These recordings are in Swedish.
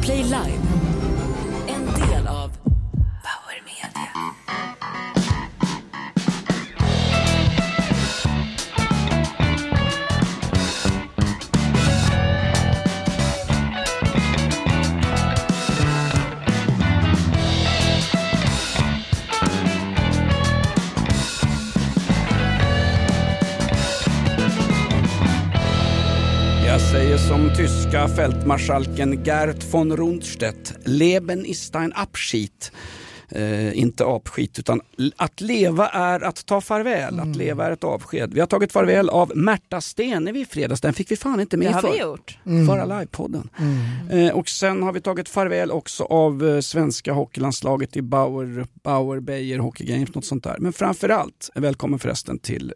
Podplay Live. En del av Power Media. Jag säger som tyska fältmarskalken Gert von Rundstedt: Leben ist ein Abschied. Inte apskit, utan att leva är att ta farväl. Att leva är ett avsked. Vi har tagit farväl av Märta Stenevi i fredags. Den fick vi fan inte med förra livepodden. Och sen har vi tagit farväl också av svenska hockeylandslaget i Bauer Beijer Hockey Games, något sånt där. Men framförallt, välkommen förresten till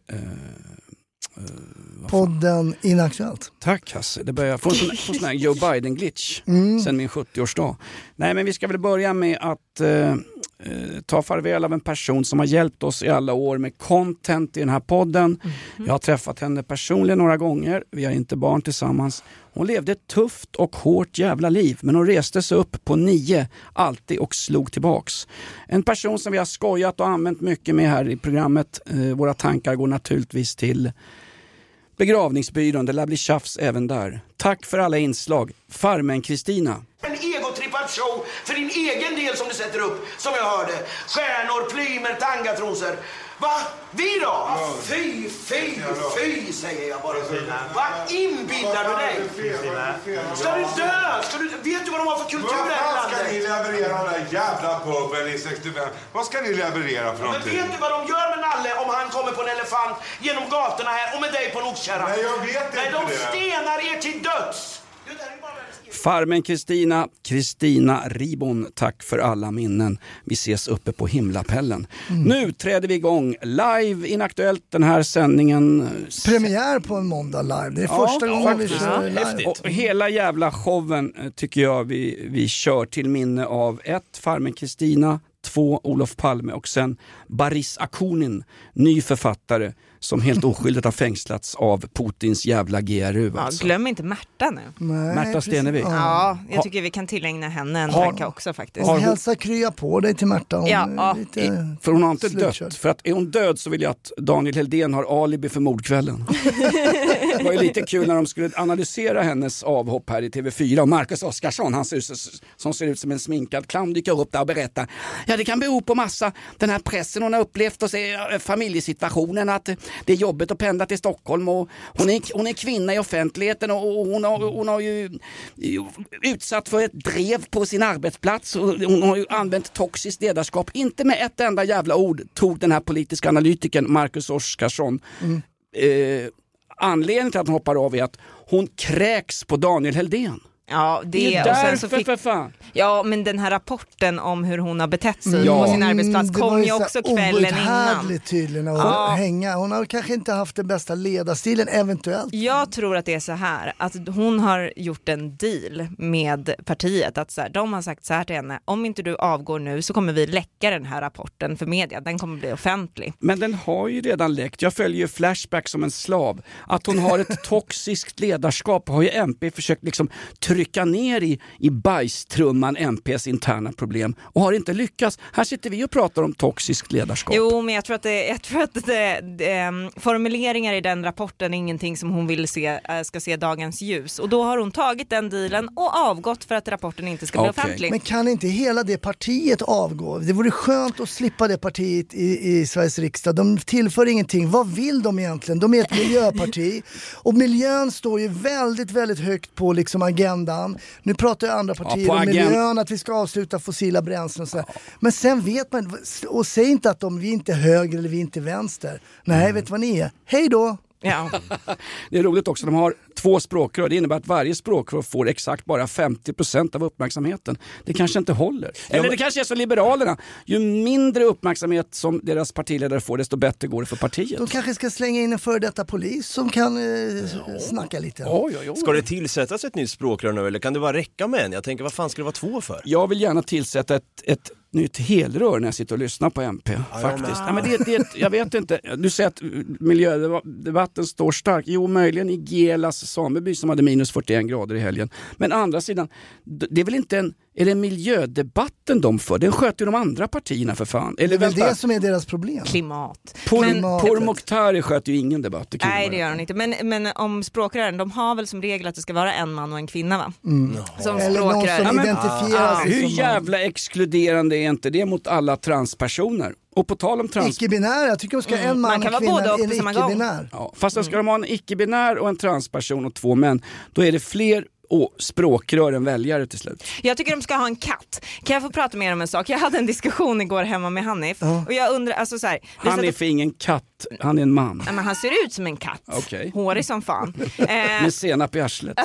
podden Inaktuellt. Tack Hasse, det börjar få en sån här Joe Biden-glitch sen min 70-årsdag. Nej, men vi ska väl börja med att ta farväl av en person som har hjälpt oss i alla år med content i den här podden. Jag har träffat henne personligen några gånger. Vi har inte barn tillsammans. Hon levde ett tufft och hårt jävla liv, men hon reste sig upp på 9 alltid och slog tillbaks. En person som vi har skojat och använt mycket med här i programmet. Våra tankar går naturligtvis till begravningsbyrån. Det lär bli tjafs även där. Tack för alla inslag. Farmen Kristina. En egotrippad show för din egen del som du sätter upp, som jag hörde. Stjärnor, plymer, tangatrosor. Va? Vi då? Fy, säger jag bara. Va? Inbildar du dig? Ska du dö? Vet du vad de har för kultur här i landet? Vad ska ni leverera den där jävla puben i 65? Vad ska ni leverera för någonting? Men vet du vad de gör med Nalle om han kommer på en elefant genom gatorna här och med dig på Nordkärra? Nej, jag vet inte. Nej, de stenar er till döds. Farmen Kristina Ribon, tack för alla minnen. Vi ses uppe på himlapellen. Nu träder vi igång live Inaktuellt, den här sändningen. Premiär på en måndag live. Det är första gången vi kör live. Och hela jävla showen tycker jag vi kör till minne av 1. Farmen Kristina, 2. Olof Palme och sen Baris Akunin, ny författare som helt oskyldigt har fängslats av Putins jävla GRU. Alltså. Ja, glöm inte Märta nu. Nej, Märta Stenevi. Ja, jag tycker vi kan tillägna henne en tanke också faktiskt. Hälsa krya på dig till Märta. För hon har inte dött. För att är hon död så vill jag att Daniel Heldén har alibi för mordkvällen. Det var ju lite kul när de skulle analysera hennes avhopp här i TV4. Och Marcus Oskarsson, han som ser ut som en sminkad clown, dyker upp där och berättar. Ja, det kan bero på massa den här pressen hon har upplevt och se familjesituationen, att det är jobbigt att pendla till Stockholm och hon är kvinna i offentligheten och hon har ju utsatt för ett drev på sin arbetsplats och hon har ju använt toxiskt ledarskap. Inte med ett enda jävla ord tog den här politiska analytikern Marcus Oskarsson anledningen till att hon hoppar av är att hon kräks på Daniel Heldén. Ja, det är och sen så för fan. Ja, men den här rapporten om hur hon har betett sig på sin arbetsplats kom ju också kvällen innan. Tydligen att hänga. Hon har kanske inte haft den bästa ledarstilen eventuellt. Jag tror att det är så här att hon har gjort en deal med partiet att så här, de har sagt så här till henne: om inte du avgår nu så kommer vi läcka den här rapporten för media. Den kommer bli offentlig. Men den har ju redan läckt. Jag följer ju Flashback som en slav. Att hon har ett toxiskt ledarskap har ju MP försökt liksom trycka ner i bajstrumman MPs interna problem och har inte lyckats. Här sitter vi och pratar om toxiskt ledarskap. Jo, men jag tror att formuleringar i den rapporten är ingenting som hon vill ska se dagens ljus. Och då har hon tagit den dealen och avgått för att rapporten inte ska bli offentlig. Men kan inte hela det partiet avgå? Det vore skönt att slippa det partiet i Sveriges riksdag. De tillför ingenting. Vad vill de egentligen? De är ett miljöparti och miljön står ju väldigt, väldigt högt på liksom agendan. Nu pratar ju andra partier om miljön, att vi ska avsluta fossila bränslen och så. Men sen vet man, och säg inte att vi inte är höger eller vi inte är vänster. Nej, vet vad ni är? Hej då! Ja. Det är roligt också, de har 2 språkrör. Det innebär att varje språkrör får exakt bara 50% av uppmärksamheten. Det kanske inte håller. Eller det kanske är så Liberalerna. Ju mindre uppmärksamhet som deras partiledare får, desto bättre går det för partiet. De kanske ska slänga in en före detta polis som kan snacka lite. Oj. Ska det tillsättas ett nytt språkrör nu eller kan det bara räcka med en? Jag tänker, vad fan ska det vara 2 för? Jag vill gärna tillsätta ett nytt helrör när jag sitter och lyssnar på MP. Faktiskt. Ja, men jag vet inte. Du säger att miljödebatten står stark. Jo, möjligen i Gelas sameby som hade minus 41 grader i helgen. Men å andra sidan, det är väl inte är det miljödebatten de för? Den sköter de andra partierna för fan. Eller det är väl det som är deras problem. Klimat. Pourmokhtari sköter ju ingen debatt. Nej, det gör hon inte. Men om språkrören, de har väl som regel att det ska vara en man och en kvinna, va? Som eller någon som identifierar sig hur som jävla exkluderande är inte det mot alla transpersoner? Och på tal om icke-binära, jag tycker de ska en man kan och vara kvinna, både och en på samma gång. icke-binär. Ja, fast då ska de ha en icke-binär och en transperson och 2 män. Då är det fler språkrör än väljare till slut. Jag tycker de ska ha en katt. Kan jag få prata mer om en sak? Jag hade en diskussion igår hemma med Hanif. Och jag undrar, alltså så här, Hanif är ingen katt, han är en man. Men han ser ut som en katt. Okay. Hårig som fan. Med senap i arslet.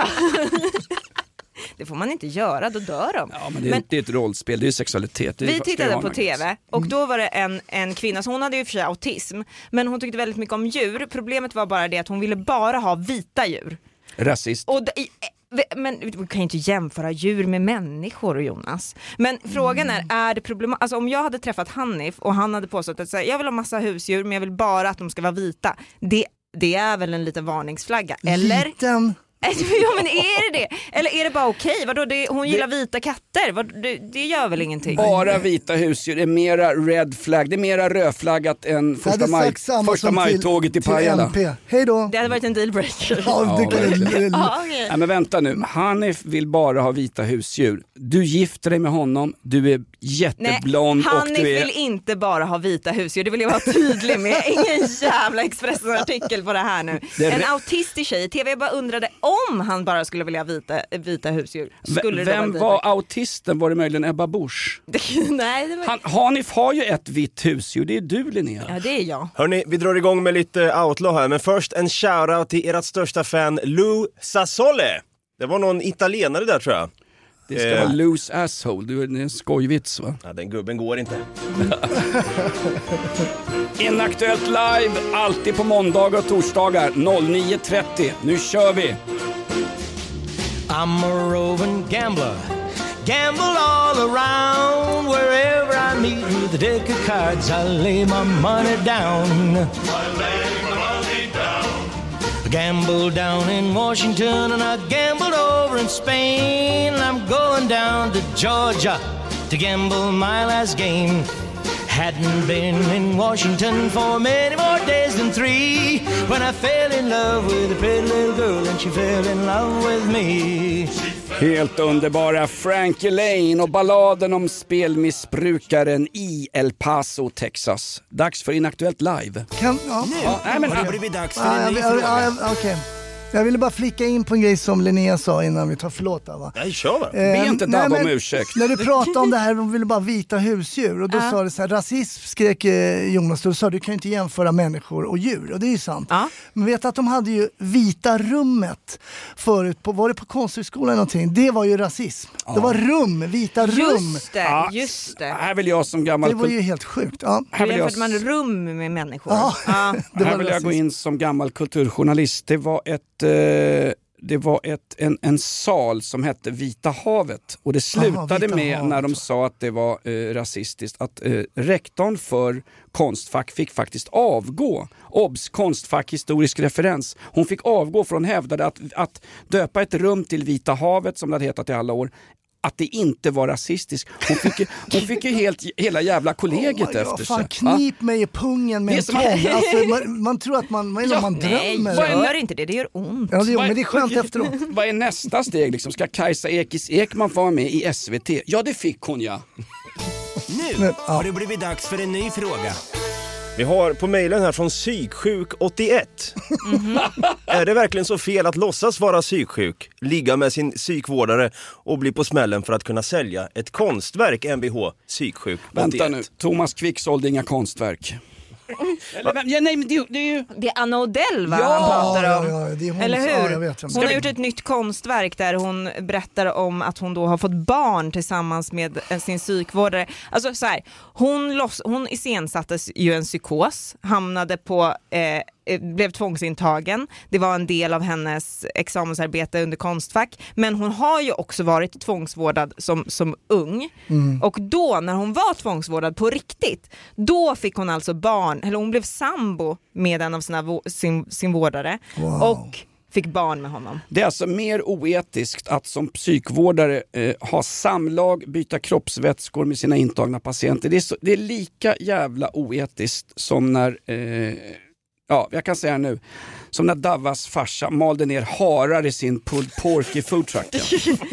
Det får man inte göra, då dör de. Ja, men det är ett rollspel, det är sexualitet. Vi tittade på tv och då var det en kvinna, så hon hade ju för sig autism, men hon tyckte väldigt mycket om djur. Problemet var bara det att hon ville bara ha vita djur. Rasist. Men vi kan ju inte jämföra djur med människor, Jonas. Men frågan är det problematiskt? Alltså om jag hade träffat Hanif och han hade påstått att jag vill ha massa husdjur men jag vill bara att de ska vara vita. Det är väl en liten varningsflagga, eller? Liten. Ja, men är det? Eller är det bara okej? Vadå, hon gillar vita katter. Det gör väl ingenting? Bara vita husdjur är mera red flag. Det är mera rödflaggat än första majtåget i Pajala. Hej då. Det hade varit en dealbreaker. Nej, men vänta nu. Hanif vill bara ha vita husdjur. Du gifter dig med honom. Du är jätteblond. Nej, Hanif och du är... vill inte bara ha vita husdjur. Det vill jag vara tydlig med. Ingen jävla Expressen-artikel på det här nu. En autistisk tjej i tv, jag bara undrade om han bara skulle vilja vita husdjur. Vem var autisten? Var det möjligen Ebba Busch? Nej, det var... Hanif har ju ett vitt husdjur. Det är du, Linnea. Ja, det är jag. Hörrni, vi drar igång med lite outlaw här. Men först en shoutout till ert största fan Lou Sassole. Det var någon italienare där, tror jag. Det ska vara loose asshole. Det är en skojvits, va? Ja, den gubben går inte. Inaktuellt live, alltid på måndagar och torsdagar 09:30. Nu kör vi! I'm a roving gambler, gamble all around. Wherever I meet with a deck of cards, I lay my money down. I gambled down in Washington and I gambled over in Spain. I'm going down to Georgia to gamble my last game. Hadn't been in Washington for many more days than 3 when I fell in love with a pretty little girl and she fell in love with me. Helt underbara Frankie Lane och balladen om spelmissbrukaren i El Paso, Texas. Dags för Inaktuellt live. Har det blivit dags för en ny fråga? Okej. Jag ville bara flicka in på en grej som Linnea sa innan vi tar förlåt. Va? Nej, kör va? Be inte Dabba om ursäkt. När du pratade om det här, de ville bara vita husdjur. Och då sa det så här, rasism skrek Jonas. Då sa du kan ju inte jämföra människor och djur. Och det är ju sant. Men vet att de hade ju vita rummet förut. Var det på Konsthögskolan eller någonting? Det var ju rasism. Det var vita rum. Just det. Här vill jag som gammal... Det var ju helt sjukt. Här vill jag... man rum med människor. Här vill jag gå in som gammal kulturjournalist. Det var en sal som hette Vita havet och det slutade med när de sa att det var rasistiskt att rektorn för Konstfack fick faktiskt avgå. Obs, Konstfack, historisk referens. Hon fick avgå för hon hävdade att döpa ett rum till Vita havet som det hade hetat i alla år, att det inte var rasistiskt. Hon fick ju hela jävla kollegiet efter sig. Knip mig i pungen med en tång. Alltså, man tror att man drömmer. Nej, gör inte det är ont. Ja, men det är skönt efteråt. Vad är nästa steg liksom? Ska Kajsa Ekman få vara med i SVT? Ja, det fick hon, ja. Nu har det blivit dags för en ny fråga. Vi har på mejlen här från Psyksjuk81. Är det verkligen så fel att låtsas vara psyksjuk, ligga med sin psykvårdare och bli på smällen för att kunna sälja ett konstverk, MVH Psyksjuk81? Vänta nu, Thomas Quick sålde inga konstverk. Nej, men det är ju... Det är Anna Odell, va? Han pratar om. Ja, det är hon. Eller hur? Ja, jag vet. Hon har gjort ett nytt konstverk där hon berättar om att hon då har fått barn tillsammans med sin psykvårdare. Alltså så här, hon iscensattes ju en psykos, hamnade på blev tvångsintagen. Det var en del av hennes examensarbete under Konstfack. Men hon har ju också varit tvångsvårdad som ung. Och då, när hon var tvångsvårdad på riktigt, då fick hon alltså barn, eller hon blev sambo med en av sin vårdare. Wow. Och fick barn med honom. Det är alltså mer oetiskt att som psykvårdare ha samlag, byta kroppsvätskor med sina intagna patienter. Det är lika jävla oetiskt som när, jag kan säga nu, som när Davas farsa malde ner harar i sin pulled pork i foodtrucken.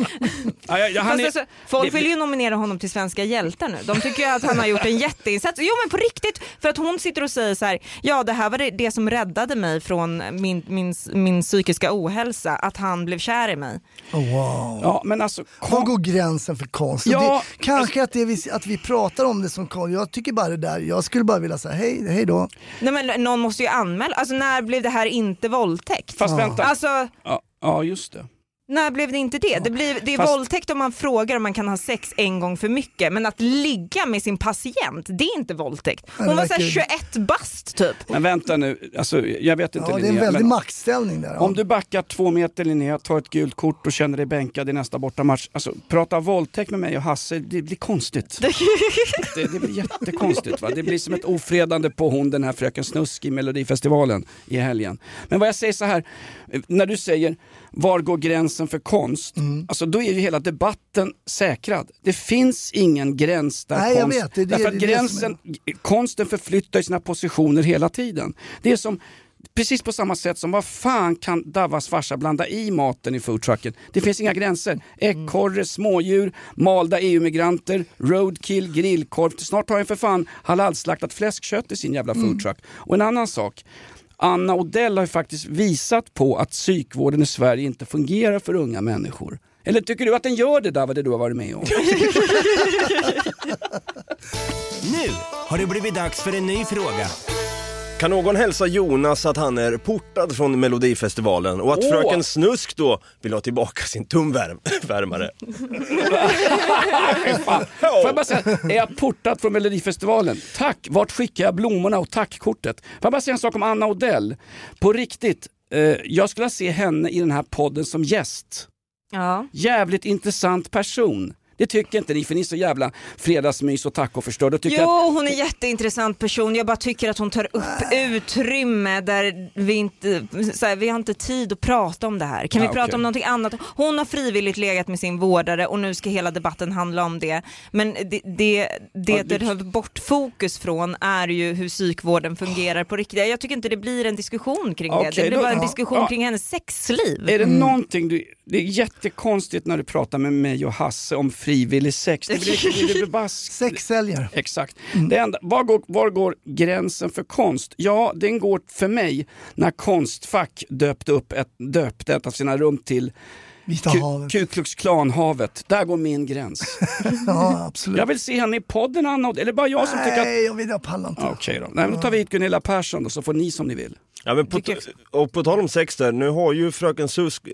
Folk vill ju nominera honom till svenska hjältar nu. De tycker ju att han har gjort en jätteinsats. Jo, men på riktigt, för att hon sitter och säger så här: ja, det här var det som räddade mig från min psykiska ohälsa, att han blev kär i mig. Oh, wow. Ja, men alltså, var går gränsen för konst? Ja, kanske att vi pratar om det som konst. Jag tycker bara det där, jag skulle bara vilja säga hej då. Nej, men någon måste ju anmäla. Alltså, när blev det här inte våldtäkt? Fast vänta. Alltså, ja, just det. När blev det inte det? Det är våldtäkt om man frågar om man kan ha sex en gång för mycket. Men att ligga med sin patient, det är inte våldtäkt. Hon var så här 21 bast typ. Men vänta nu, alltså, jag vet inte, Linnea, det är en väldig maktställning där. Om du backar 2 meter, Linnea, tar ett gult kort och känner dig bänkad i nästa bortamatch. Alltså, prata våldtäkt med mig och Hasse, det blir konstigt. det blir jättekonstigt, va? Det blir som ett ofredande på den här fröken Snusk i Melodifestivalen i helgen. Men vad jag säger så här, när du säger var går gränsen för konst? Alltså då är ju hela debatten säkrad. Det finns ingen gräns där. Nej, konst, jag vet. Därför att gränsen, konsten förflyttar sina positioner hela tiden. Det är som precis på samma sätt som vad fan kan Davas farsa blanda i maten i foodtrucken? Det finns inga gränser. Ekorre, smådjur, malda EU-migranter, roadkill, grillkorv. Snart har jag för fan halalslaktat fläskkött i sin jävla foodtruck. Och en annan sak. Anna Odell har ju faktiskt visat på att psykvården i Sverige inte fungerar för unga människor. Eller tycker du att den gör det där, vad det du har varit med om? Nu har det blivit dags för en ny fråga. Kan någon hälsa Jonas att han är portad från Melodifestivalen och att fröken Snusk då vill ha tillbaka sin tumvärmare? Får jag bara säga, är jag portad från Melodifestivalen? Tack, vart skickar jag blommorna och tackkortet? Får jag bara säga en sak om Anna Odell? På riktigt, jag skulle se henne i den här podden som gäst. Ja. Jävligt intressant person. Det tycker inte ni, för ni är så jävla fredagsmys och tacoförstörd. Hon är en jätteintressant person. Jag bara tycker att hon tar upp utrymme där vi har inte tid att prata om det här. Kan vi prata om någonting annat? Hon har frivilligt legat med sin vårdare och nu ska hela debatten handla om det. Men det har bort fokus från är ju hur psykvården fungerar på riktigt. Jag tycker inte det blir en diskussion kring det. Det blir bara en diskussion kring hennes sexliv. Är det någonting det är jättekonstigt när du pratar med mig och Hasse om frivillig sex. Det blir bara sexsäljer. Exakt. Det enda, var går gränsen för konst? Ja, den går för mig när Konstfack döpte ett av sina rum till Ku Klux Klan-havet. Där går min gräns. Ja, absolut. Jag vill se henne i podden, Anna. Eller bara jag som tycker att... Nej, jag vill ha pallant. Okej då. Nej, men då tar vi hit Gunilla Persson då, så får ni som ni vill. Ja, men på tal om sex där, nu har ju fröken Snusk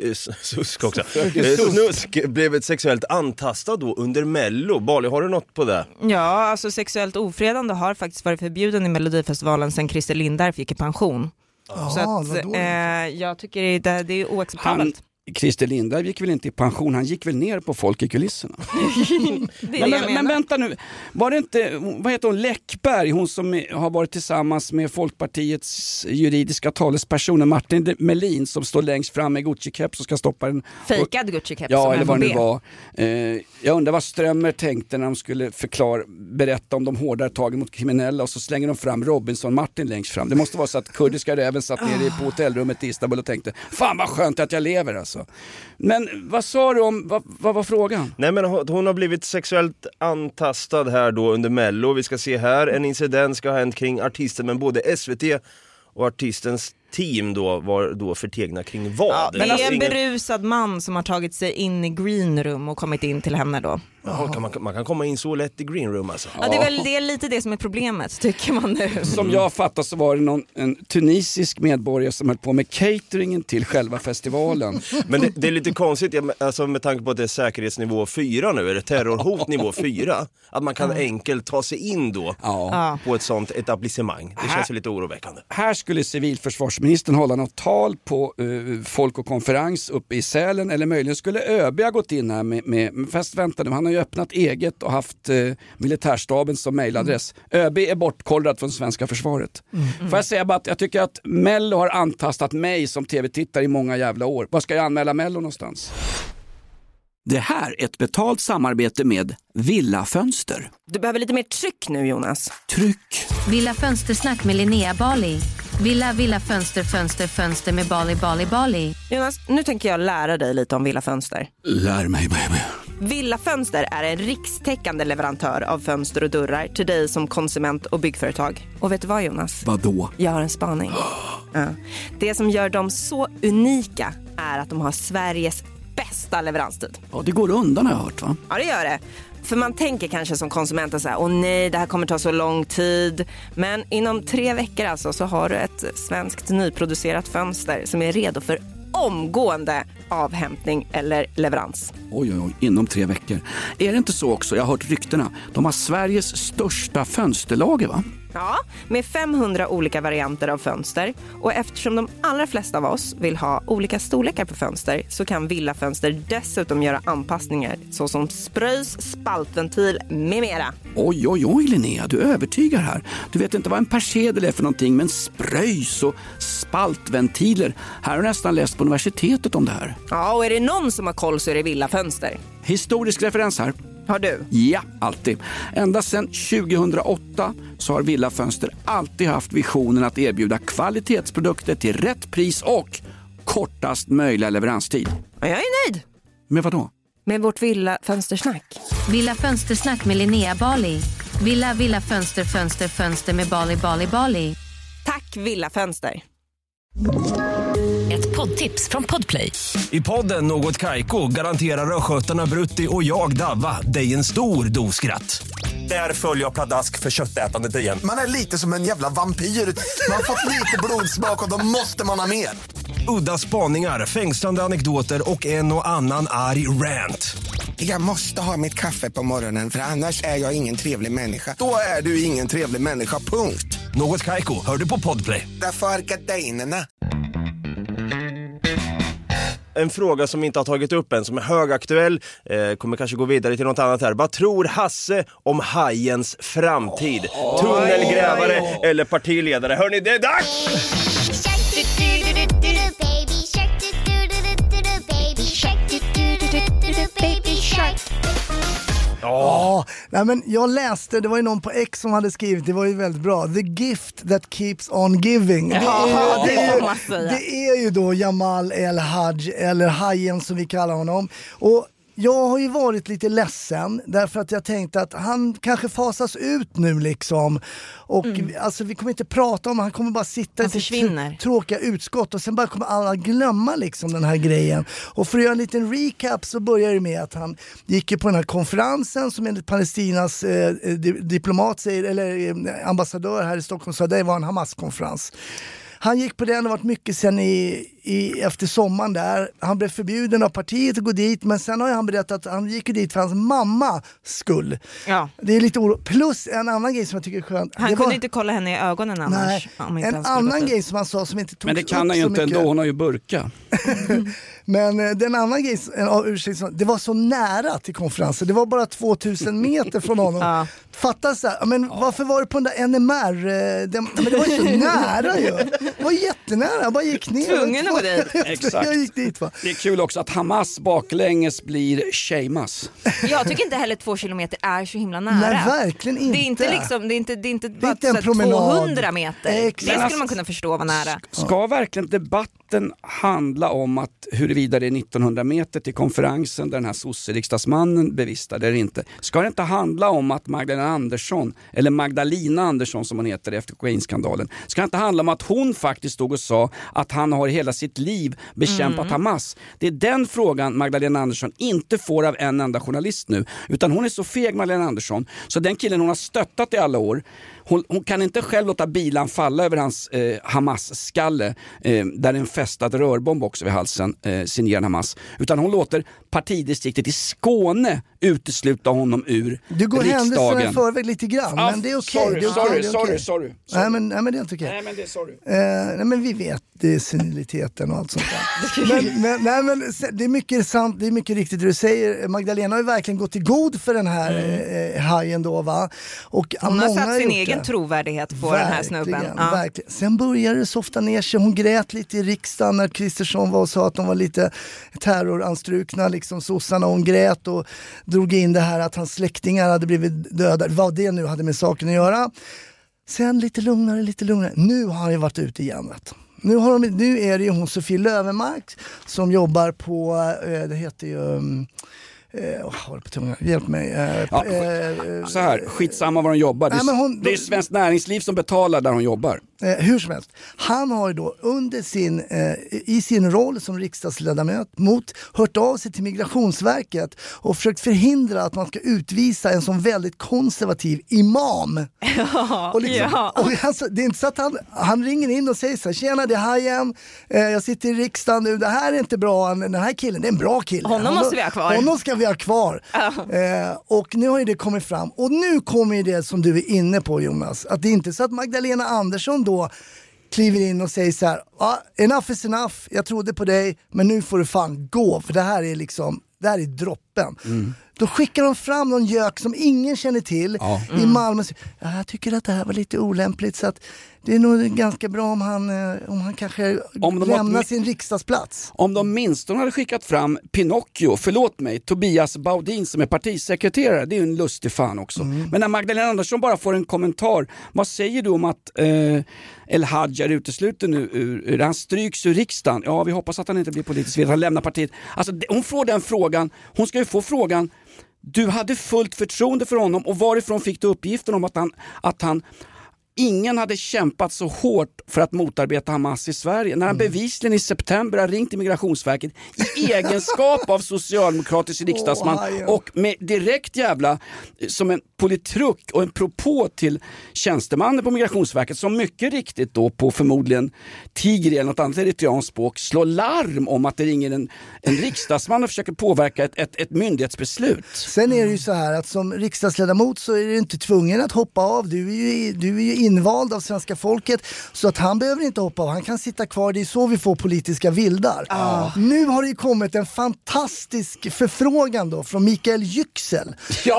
blivit sexuellt antastad då under Mello. Bali, har du något på det? Ja, alltså sexuellt ofredande har faktiskt varit förbjuden i Melodifestivalen sen Christer Lindarw gick i pension. Så att, jag tycker det är oacceptabelt. Christer Lindarw gick väl inte i pension, han gick väl ner på folk i kulisserna. men vänta nu, var det inte, vad heter hon, Läckberg, hon som har varit tillsammans med Folkpartiets juridiska talespersonen Martin Melin som står längst fram med Gucci-keps och ska stoppa den. Fejkad Gucci-keps. Ja, eller vad det nu var. Jag undrar vad Strömmer tänkte när de skulle berätta om de hårdare tagen mot kriminella och så slänger de fram Robinson Martin längst fram. Det måste vara så att kurdiska räven satt nere på hotellrummet i Istanbul och tänkte, fan vad skönt att jag lever alltså. Men vad sa du om, vad var frågan? Nej, men hon har blivit sexuellt antastad här då under Mello. Vi ska se här, en incident ska ha hänt kring artisten, men både SVT och artistens team då var då förtegna kring vad? Ja, det är en berusad man som har tagit sig in i green room och kommit in till henne då. Jaha, man kan komma in så lätt i green room alltså. Ja, det är lite det som är problemet, tycker man nu. Som jag fattar så var det en tunisisk medborgare som höll på med cateringen till själva festivalen. Men det är lite konstigt, alltså med tanke på att det är säkerhetsnivå 4 nu, är det terrorhotnivå 4, att man kan enkelt ta sig in då på ett sånt etablissemang. Det känns lite oroväckande. Här skulle civilförsvarsministern hålla något tal på folk och konferens uppe i Sälen, eller möjligen skulle ÖB ha gått in här med fast vänta nu, han har ju öppnat eget och haft militärstaben som mejladress. ÖB är bortkollrad från svenska försvaret. Får jag säga bara att jag tycker att Mello har antastat mig som tv-tittare i många jävla år. Var ska jag anmäla Mello någonstans? Det här är ett betalt samarbete med Villa Fönster. Du behöver lite mer tryck nu, Jonas. Tryck. Villa Fönstersnack med Linnea Bali. Villa fönster med Bali. Jonas, nu tänker jag lära dig lite om Villa Fönster. Lär mig, baby. Villa Fönster är en rikstäckande leverantör av fönster och dörrar till dig som konsument och byggföretag. Och vet du vad, Jonas? Vadå? Jag har en spaning. Ja. Det som gör dem så unika är att de har Sveriges bästa leveranstid. Ja, det går undan har jag hört, va? Ja, det gör det. För man tänker kanske som konsument så här, åh nej, det här kommer ta så lång tid. Men inom 3 veckor alltså så har du ett svenskt nyproducerat fönster som är redo för omgående avhämtning eller leverans. Oj, inom 3 veckor. Är det inte så också? Jag har hört ryktena. De har Sveriges största fönsterlager, va? Ja, med 500 olika varianter av fönster. Och eftersom de allra flesta av oss vill ha olika storlekar på fönster så kan Villa Fönster dessutom göra anpassningar såsom spröjs, spaltventil med mera. Oj, Linnea, du övertygar här. Du vet inte vad en persedel är för någonting, men spröjs och spaltventiler. Här har jag nästan läst på universitetet om det här. Ja, och är det någon som har koll så är det Villa Fönster. Historisk referens här. Har du? Ja, alltid. Ända sedan 2008 så har Villa Fönster alltid haft visionen att erbjuda kvalitetsprodukter till rätt pris och kortast möjliga leveranstid. Ja, jag är nöjd. Med vad då? Med vårt Villa Fönstersnack. Villa Fönstersnack med Linnea Bali. Villa fönster med Bali. Tack Villa Fönster. Ett poddtips från Podplay. I podden Något Kaiko garanterar röskötarna Brutti och jag Davva dig en stor doskratt. Där följer jag pladask för köttätandet igen. Man är lite som en jävla vampyr. Man har fått lite blodsmak och då måste man ha mer. Udda spaningar, fängslande anekdoter och en och annan arg rant. Jag måste ha mitt kaffe på morgonen för annars är jag ingen trevlig människa. Då är du ingen trevlig människa, punkt. Något Kaiko, hör du på Podplay. Därför är gardinerna. En fråga som inte har tagit upp än, som är högaktuell, kommer kanske gå vidare till något annat här. Vad tror Hasse om hajens framtid? Tunnelgrävare eller partiledare? Hörrni, det är dags! Ja, nej men jag läste, det var ju någon på X som hade skrivit, det var ju väldigt bra. The gift that keeps on giving. Det är ju då Jamal El-Haj, eller Hajen som vi kallar honom. Och jag har ju varit lite ledsen därför att jag tänkte att han kanske fasas ut nu liksom. Och alltså, vi kommer inte prata om, han kommer bara sitta i sitt tråkiga utskott och sen bara kommer alla glömma liksom den här grejen. Och för att göra en liten recap så börjar det med att han gick på den här konferensen som enligt Palestinas diplomat säger, eller ambassadör här i Stockholm sa det var en Hamas-konferens. Han gick på den och varit mycket sen efter sommaren där. Han blev förbjuden av partiet att gå dit, men sen har han berättat att han gick dit för hans mamma skull. Ja. Det är lite oro. Plus en annan grej som jag tycker är skönt. Han kunde inte kolla henne i ögonen annars. Nej, en annan grej som han sa som inte tog. Men det kan han ju inte ändå, hon har ju burka. Men den andra grejen, det var så nära till konferensen. Det var bara 2000 meter från honom. Ja. Fattas så här, men varför var det på den där NMR? Men det var ju så nära ju. Det var jättenära, jag bara gick ner. Tvungen att gå dit. Exakt. Jag gick dit, va? Det är kul också att Hamas baklänges blir shamas. Jag tycker inte heller 2 kilometer är så himla nära. Nej, verkligen inte. Det är inte liksom, det är inte bara en 200 meter. Exakt. Det skulle man kunna förstå var nära. Ska verkligen debatten handla om att huruvida det är 1900 meter till konferensen där den här sosseriksdagsmannen bevistade eller inte? Ska det inte handla om att Magdalena Andersson, eller Magdalena Andersson som hon heter efter kokainskandalen, ska det inte handla om att hon faktiskt stod och sa att han har hela sitt liv bekämpat Hamas? Det är den frågan Magdalena Andersson inte får av en enda journalist nu, utan hon är så feg, Magdalena Andersson, så den killen hon har stöttat i alla år, hon kan inte själv låta bilan falla över hans Hamas-skalle där en fästad rörbomb också vid halsen signerar Hamas. Utan hon låter partidistriktet i Skåne utesluta honom ur du går riksdagen. händelserna i förväg lite grann, men det är okej. Sorry. Nej men det är inte okej. Nej men det är sorry. Nej men vi vet, det är seniliteten och allt sånt där. men det är mycket sant, det är mycket riktigt det du säger. Magdalena har ju verkligen gått i god för den här hajen då, va? Och hon har satt sin egen trovärdighet på den här snubben. Verkligen. Sen började det softa ner sig. Hon grät lite i riksdagen när Kristersson var och sa att de var lite terroranstrukna, liksom sossarna. Hon grät och drog in det här att hans släktingar hade blivit döda. Vad det nu hade med saken att göra. Sen lite lugnare. Nu har han ju varit ute igen, vet. Nu är det ju hon Sofie Löwenmark som jobbar på, det heter ju... håller på tungan. Hjälp mig. Så här, skitsamma var hon jobbar. Det är Svenskt Näringsliv som betalar där hon jobbar. Hur som helst. Han har ju då under i sin roll som riksdagsledamot hört av sig till Migrationsverket och försökt förhindra att man ska utvisa en sån väldigt konservativ imam. Och alltså, det är inte så att han ringer in och säger så här: tjena, det är Hajem, jag sitter i riksdagen nu, det här är inte bra, den här killen, det är en bra kille. Honom måste vi ha kvar. Honom ska vi ha kvar. Och nu har ju det kommit fram. Och nu kommer ju det som du är inne på, Jonas. Att det är inte så att Magdalena Andersson då kliver in och säger så här: enough is enough, jag trodde på dig, men nu får du fan gå. För det här är droppen. Då skickar de fram någon gök som ingen känner till i Malmö. Jag tycker att det här var lite olämpligt, så att det är nog ganska bra om han kanske lämnar sin riksdagsplats. Om de minst hade skickat fram Pinocchio, Tobias Baudin som är partisekreterare, det är ju en lustig fan också. Men när Magdalena Andersson bara får en kommentar, vad säger du om att El Hajj är utesluten nu han stryks ur riksdagen? Ja, vi hoppas att han inte blir politisk, att han lämnar partiet. Alltså, hon får den frågan, hon ska ju få frågan: du hade fullt förtroende för honom, och varifrån fick du uppgiften om att han ingen hade kämpat så hårt för att motarbeta Hamas i Sverige, när han bevisligen i september har ringt till Migrationsverket i egenskap av socialdemokratisk riksdagsman och med direkt som en politruk och en propå till tjänstemannen på Migrationsverket, som mycket riktigt då på förmodligen Tigri eller något annat eritreanskt språk slår larm om att det ringer en riksdagsman och försöker påverka ett myndighetsbeslut. Sen är det ju så här att som riksdagsledamot så är du inte tvungen att hoppa av. Du är ju invald av svenska folket, så att han behöver inte hoppa av. Han kan sitta kvar, det är så vi får politiska vildar. Nu har det ju kommit en fantastisk förfrågan då från Mikael Yüksel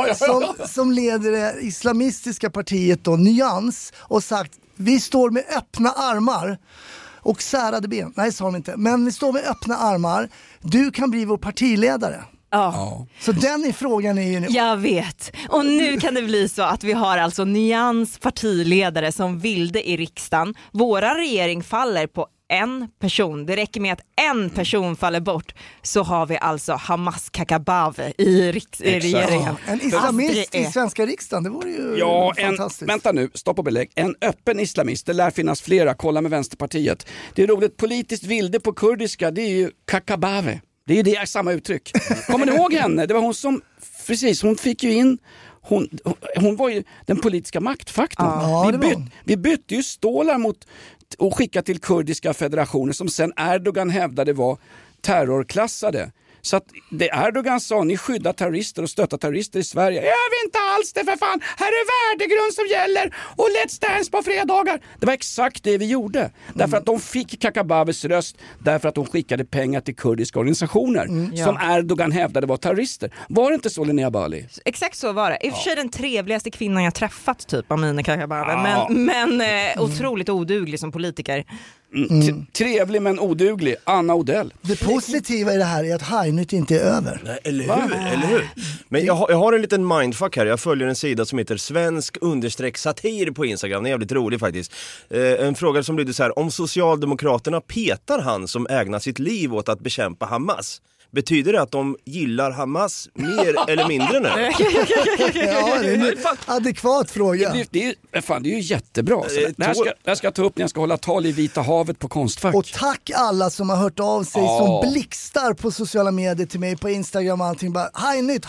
som leder det islamistiska partiet då, Nyans, och sagt: vi står med öppna armar och särade ben. Nej, sa de inte. Men vi står med öppna armar. Du kan bli vår partiledare. Så den frågan är ju nu. Jag vet. Och nu kan det bli så att vi har alltså Nyans partiledare som vilde i riksdagen. Våra regering faller på en person. Det räcker med att en person faller bort, så har vi alltså Hamas Kakabaveh i regeringen. En islamist i svenska riksdagen, det vore ju fantastiskt. Vänta nu, stopp och belägg. En öppen islamist, det lär finnas flera, kolla med Vänsterpartiet. Det är roligt, politiskt vilde på kurdiska, det är ju Kakabaveh. Det är ju det samma uttryck. Kommer ni ihåg henne? Det var hon som, precis, hon fick ju in, hon var ju den politiska maktfaktorn. Vi bytte ju stålar mot och skickade till kurdiska federationer som sen Erdogan hävdade var terrorklassade. Så att det Erdogan sa, ni skyddar terrorister och stöttar terrorister i Sverige. Jag vet inte alls det, för fan. Här är värdegrund som gäller och Let's Dance på fredagar. Det var exakt det vi gjorde. Därför att de fick Kakabavehs röst, därför att de skickade pengar till kurdiska organisationer som Erdogan hävdade var terrorister. Var det inte så, Linnea Bali? Exakt så var det. I och för sig den trevligaste kvinnan jag träffat, typ Amineh Kakabaveh. Men otroligt oduglig som politiker. Trevlig men oduglig, Anna Odell. Det positiva i det här är att Hajnytt inte är över. Nej, eller hur? Men jag har en liten mindfuck här. Jag följer en sida som heter svensk_satir på Instagram. Det är jävligt rolig faktiskt. En fråga som lyder så här: om Socialdemokraterna petar han som ägnar sitt liv åt att bekämpa Hamas, betyder det att de gillar Hamas mer eller mindre nu? Ja, det är en adekvat fråga. Det är ju jättebra. Det här ska jag ta upp när jag ska hålla tal i Vita havet på Konstfack. Och tack alla som har hört av sig som blixtar på sociala medier till mig på Instagram och allting. Bara, Hajnytt.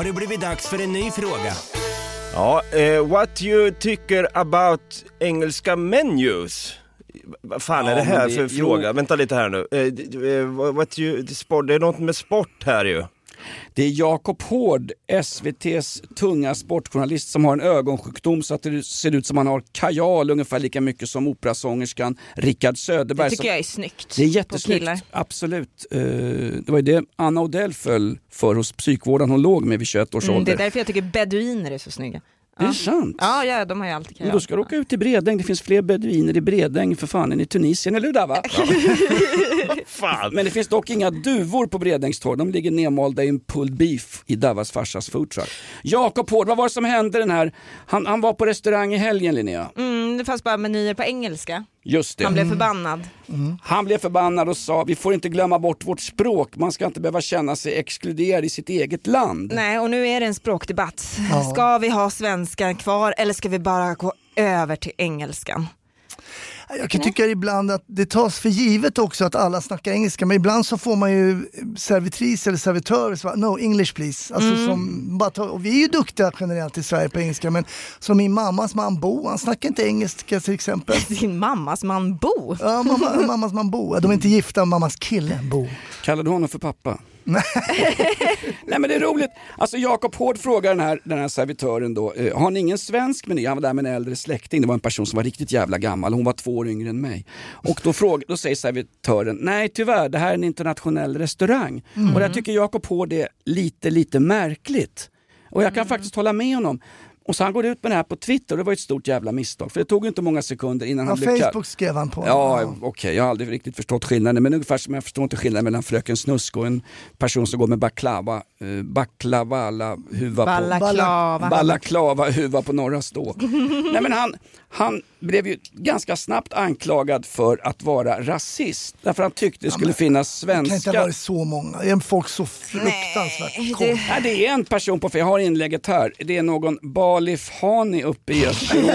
har det blivit dags för en ny fråga. Ja, what you tycker about engelska menus? Vad fan är det här för fråga? Vänta lite här nu. Det är något med sport här ju. Det är Jakob Hård, SVT:s tunga sportjournalist, som har en ögonsjukdom så att det ser ut som han har kajal ungefär lika mycket som operasångerskan Rickard Söderberg. Det tycker jag är snyggt. Det är jättesnyggt, absolut. Det var ju det Anna Odell föll för hos psykvården hon låg med vid 21 års ålder. Det är därför jag tycker beduiner är så snygga. Det är sant. Ja, de har ju alltid kajal. Men då ska du åka ut till Bredäng. Det finns fler beduiner i Bredäng för fan än i Tunisien, eller hur där, va? Fan. Men det finns dock inga duvor på Bredängstorg. De ligger nedmalda i en pulled beef i Davas farsas foodtruck. Jakob Hård, vad var det som hände den här? Han var på restaurang i helgen, Linnea. Det fanns bara menyer på engelska. Just det. Han blev förbannad. Han blev förbannad och sa, vi får inte glömma bort vårt språk. Man ska inte behöva känna sig exkluderad i sitt eget land. Nej, och nu är det en språkdebatt. Ska vi ha svenskan kvar eller ska vi bara gå över till engelskan? Jag kan tycka ibland att det tas för givet också att alla snackar engelska, men ibland så får man ju servitris eller servitörer som no, English please. Alltså som bara och vi är ju duktiga generellt i Sverige på engelska, men som min mammas man Bo, han snackar inte engelska till exempel. Din mammas man Bo? Ja, mammas man Bo. De är inte gifta, mammas kille Bo. Kallar du honom för pappa? Nej, men det är roligt. Alltså Jakob Hård frågar den här servitören då, har ni ingen svensk meny? Han var där med en äldre släkting. Det var en person som var riktigt jävla gammal. Hon var 2 år yngre än mig. Och då säger servitören, nej tyvärr, det här är en internationell restaurang. Och där tycker Jakob Hård är lite märkligt. Och jag kan faktiskt hålla med honom. Och så han går ut med det här på Twitter och det var ett stort jävla misstag. För det tog inte många sekunder innan han blev Facebook skrev han på. Ja, okej. Jag har aldrig riktigt förstått skillnaden. Men ungefär som jag förstår inte skillnaden mellan fröken Snusk och en person som går med balaklava huva på norra stå. Nej, men han blev ju ganska snabbt anklagad för att vara rasist. Därför han tyckte det skulle finnas svenska. Det kan inte ha varit så många. Är folk så fruktansvärt Nej, det är en person på, för jag har inlägget här. Det är någon Balif Hani uppe i Östeuropa.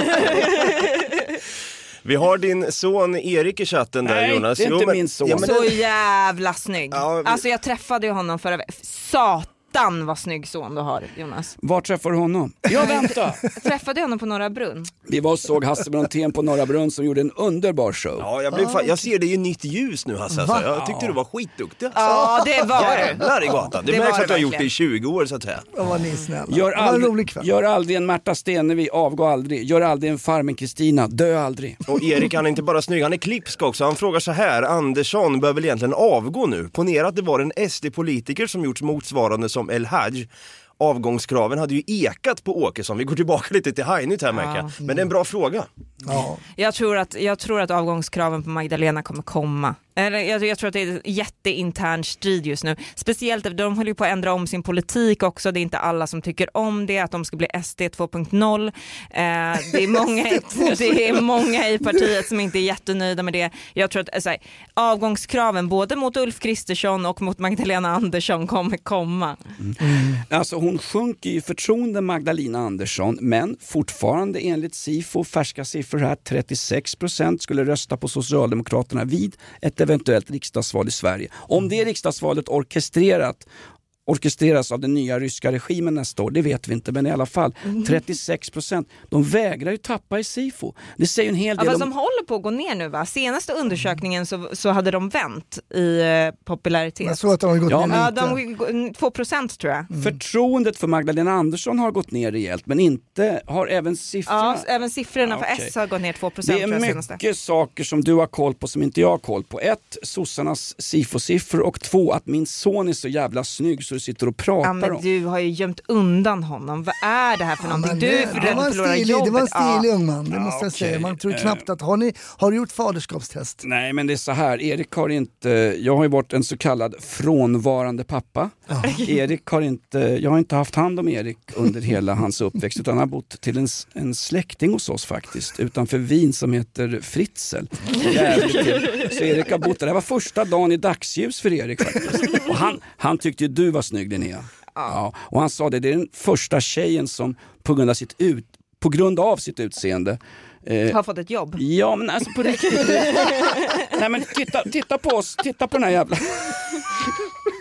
Vi har din son Erik i chatten där. Nej, Jonas. Det är inte min son. Så jävla snygg. Alltså jag träffade ju honom förra veckan. Satan vad snygg son du har, Jonas. Var träffade du honom? Jag väntar. Jag träffade honom på Norra Brunn. Vi var och såg Hasse Brontén på Norra Brunn som gjorde en underbar show. Ja, jag ser det i nytt ljus nu, Hasse. Alltså. Jag tyckte du var skitduktig. Alltså. Ja, det var du. Jävlar i gatan. Det märks att du har gjort det i 20 år så att säga. Vad ni snälla. Gör aldrig en Märta Stenevi, avgå aldrig. Gör aldrig en Farmen Kristina, dö aldrig. Och Erik, han är inte bara snygg, han är klipsk också. Han frågar så här, Andersson bör väl egentligen avgå nu? Ponera att det var en SD-politiker som gjort motsvarande som El Haj. Avgångskraven hade ju ekat på Åkesson. Vi går tillbaka lite till Hajnytt här, märker jag. Men det är en bra fråga. Ja. Jag tror att avgångskraven på Magdalena kommer komma. Jag tror att det är en jätteintern strid just nu. Speciellt för de håller ju på att ändra om sin politik också. Det är inte alla som tycker om det, att de ska bli SD 2.0. Det är många i partiet som inte är jättenöjda med det. Jag tror att avgångskraven både mot Ulf Kristersson och mot Magdalena Andersson kommer komma. Alltså hon sjunker i förtroende, Magdalena Andersson, men fortfarande enligt SIFO, färska siffror här, 36% skulle rösta på Socialdemokraterna vid ett eventuellt riksdagsval i Sverige. Om det riksdagsvalet orkestreras av den nya ryska regimen nästa år, det vet vi inte, men i alla fall 36%, de vägrar ju tappa i SIFO. Det säger en hel del om... de håller på att gå ner nu, va? Senaste undersökningen så hade de vänt i popularitet. Jag tror att de har gått ner lite. 2% tror jag. Förtroendet för Magdalena Andersson har gått ner rejält, men inte har även siffrorna. Ja, även siffrorna för S har gått ner 2%. Det är mycket saker som du har koll på som inte jag har koll på. 1, sossarnas SIFO-siffror, och 2, att min son är så jävla snygg så du sitter och pratar om. Men du har ju gömt undan honom. Vad är det här för någonting? Du är för rädd att förlora jobbet. Det var en stilig ung man, det måste jag säga. Man tror knappt att har du gjort faderskapstest? Nej, men det är så här. Erik har inte, jag har ju varit en så kallad frånvarande pappa. Erik har inte, jag har inte haft hand om Erik under hela hans uppväxt, utan han har bott till en släkting hos oss faktiskt, utanför Wien, som heter Fritzl. Så Erik har bott där. Det var första dagen i dagsljus för Erik faktiskt. Och han tyckte ju du var snygg, Linnea. Ja. Och han sa det är den första tjejen som på grund av sitt utseende har fått ett jobb. Ja, men alltså på riktigt. Nej, men titta på oss, titta på den här jävla.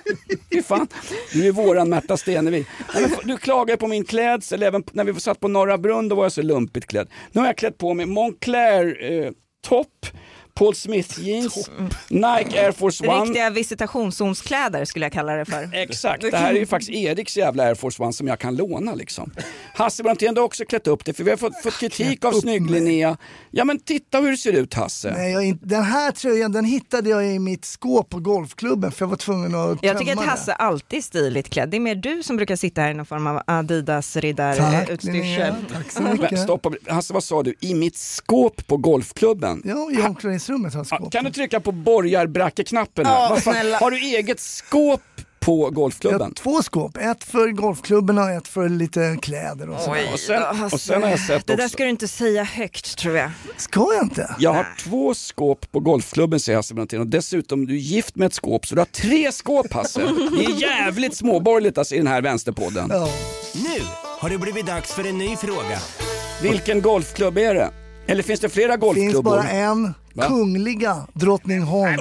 Fy fan, du är våran Märta Stenevi. Du klagar på min klädsel, även när vi satt på Norra Brunn, då var jag så lumpigt klädd. Nu har jag klätt på mig Moncler topp, Paul Smith jeans, Nike Air Force One. Riktiga visitationszonskläder skulle jag kalla det för. Exakt, det här är ju faktiskt Eriks jävla Air Force One som jag kan låna liksom. Hasse Brontén har också klätt upp det, för vi har fått kritik av snygg Linnea. Ja men titta hur det ser ut, Hasse. Nej, den här tröjan, den hittade jag i mitt skåp på golfklubben, för jag var tvungen att Jag tycker att Hasse alltid är stiligt klädd. Det är mer du som brukar sitta här i någon form av Adidas riddarutstyrsel. Tack så mycket. Stopp, Hasse, vad sa du? I mitt skåp på golfklubben? Ja, i omklädningsrummet har skåp. Kan du trycka på borgarbracke-knappen här? Har du eget skåp på golfklubben? 2 skåp, ett för golfklubben och ett för lite kläder och så. Och sen har jag sett det där ska du inte säga högt, tror jag. Ska jag inte? Jag har 2 skåp på golfklubben, säger Hasse Brontén, och dessutom du är gift med ett skåp, så du har 3 skåp, Hasse. Det är jävligt småborgerligt alltså, i den här vänsterpodden. Ja. Nu har det blivit dags för en ny fråga. Vilken golfklubb är det? Eller finns det flera golfklubbor? Finns bara en, Kungliga Drottningholm.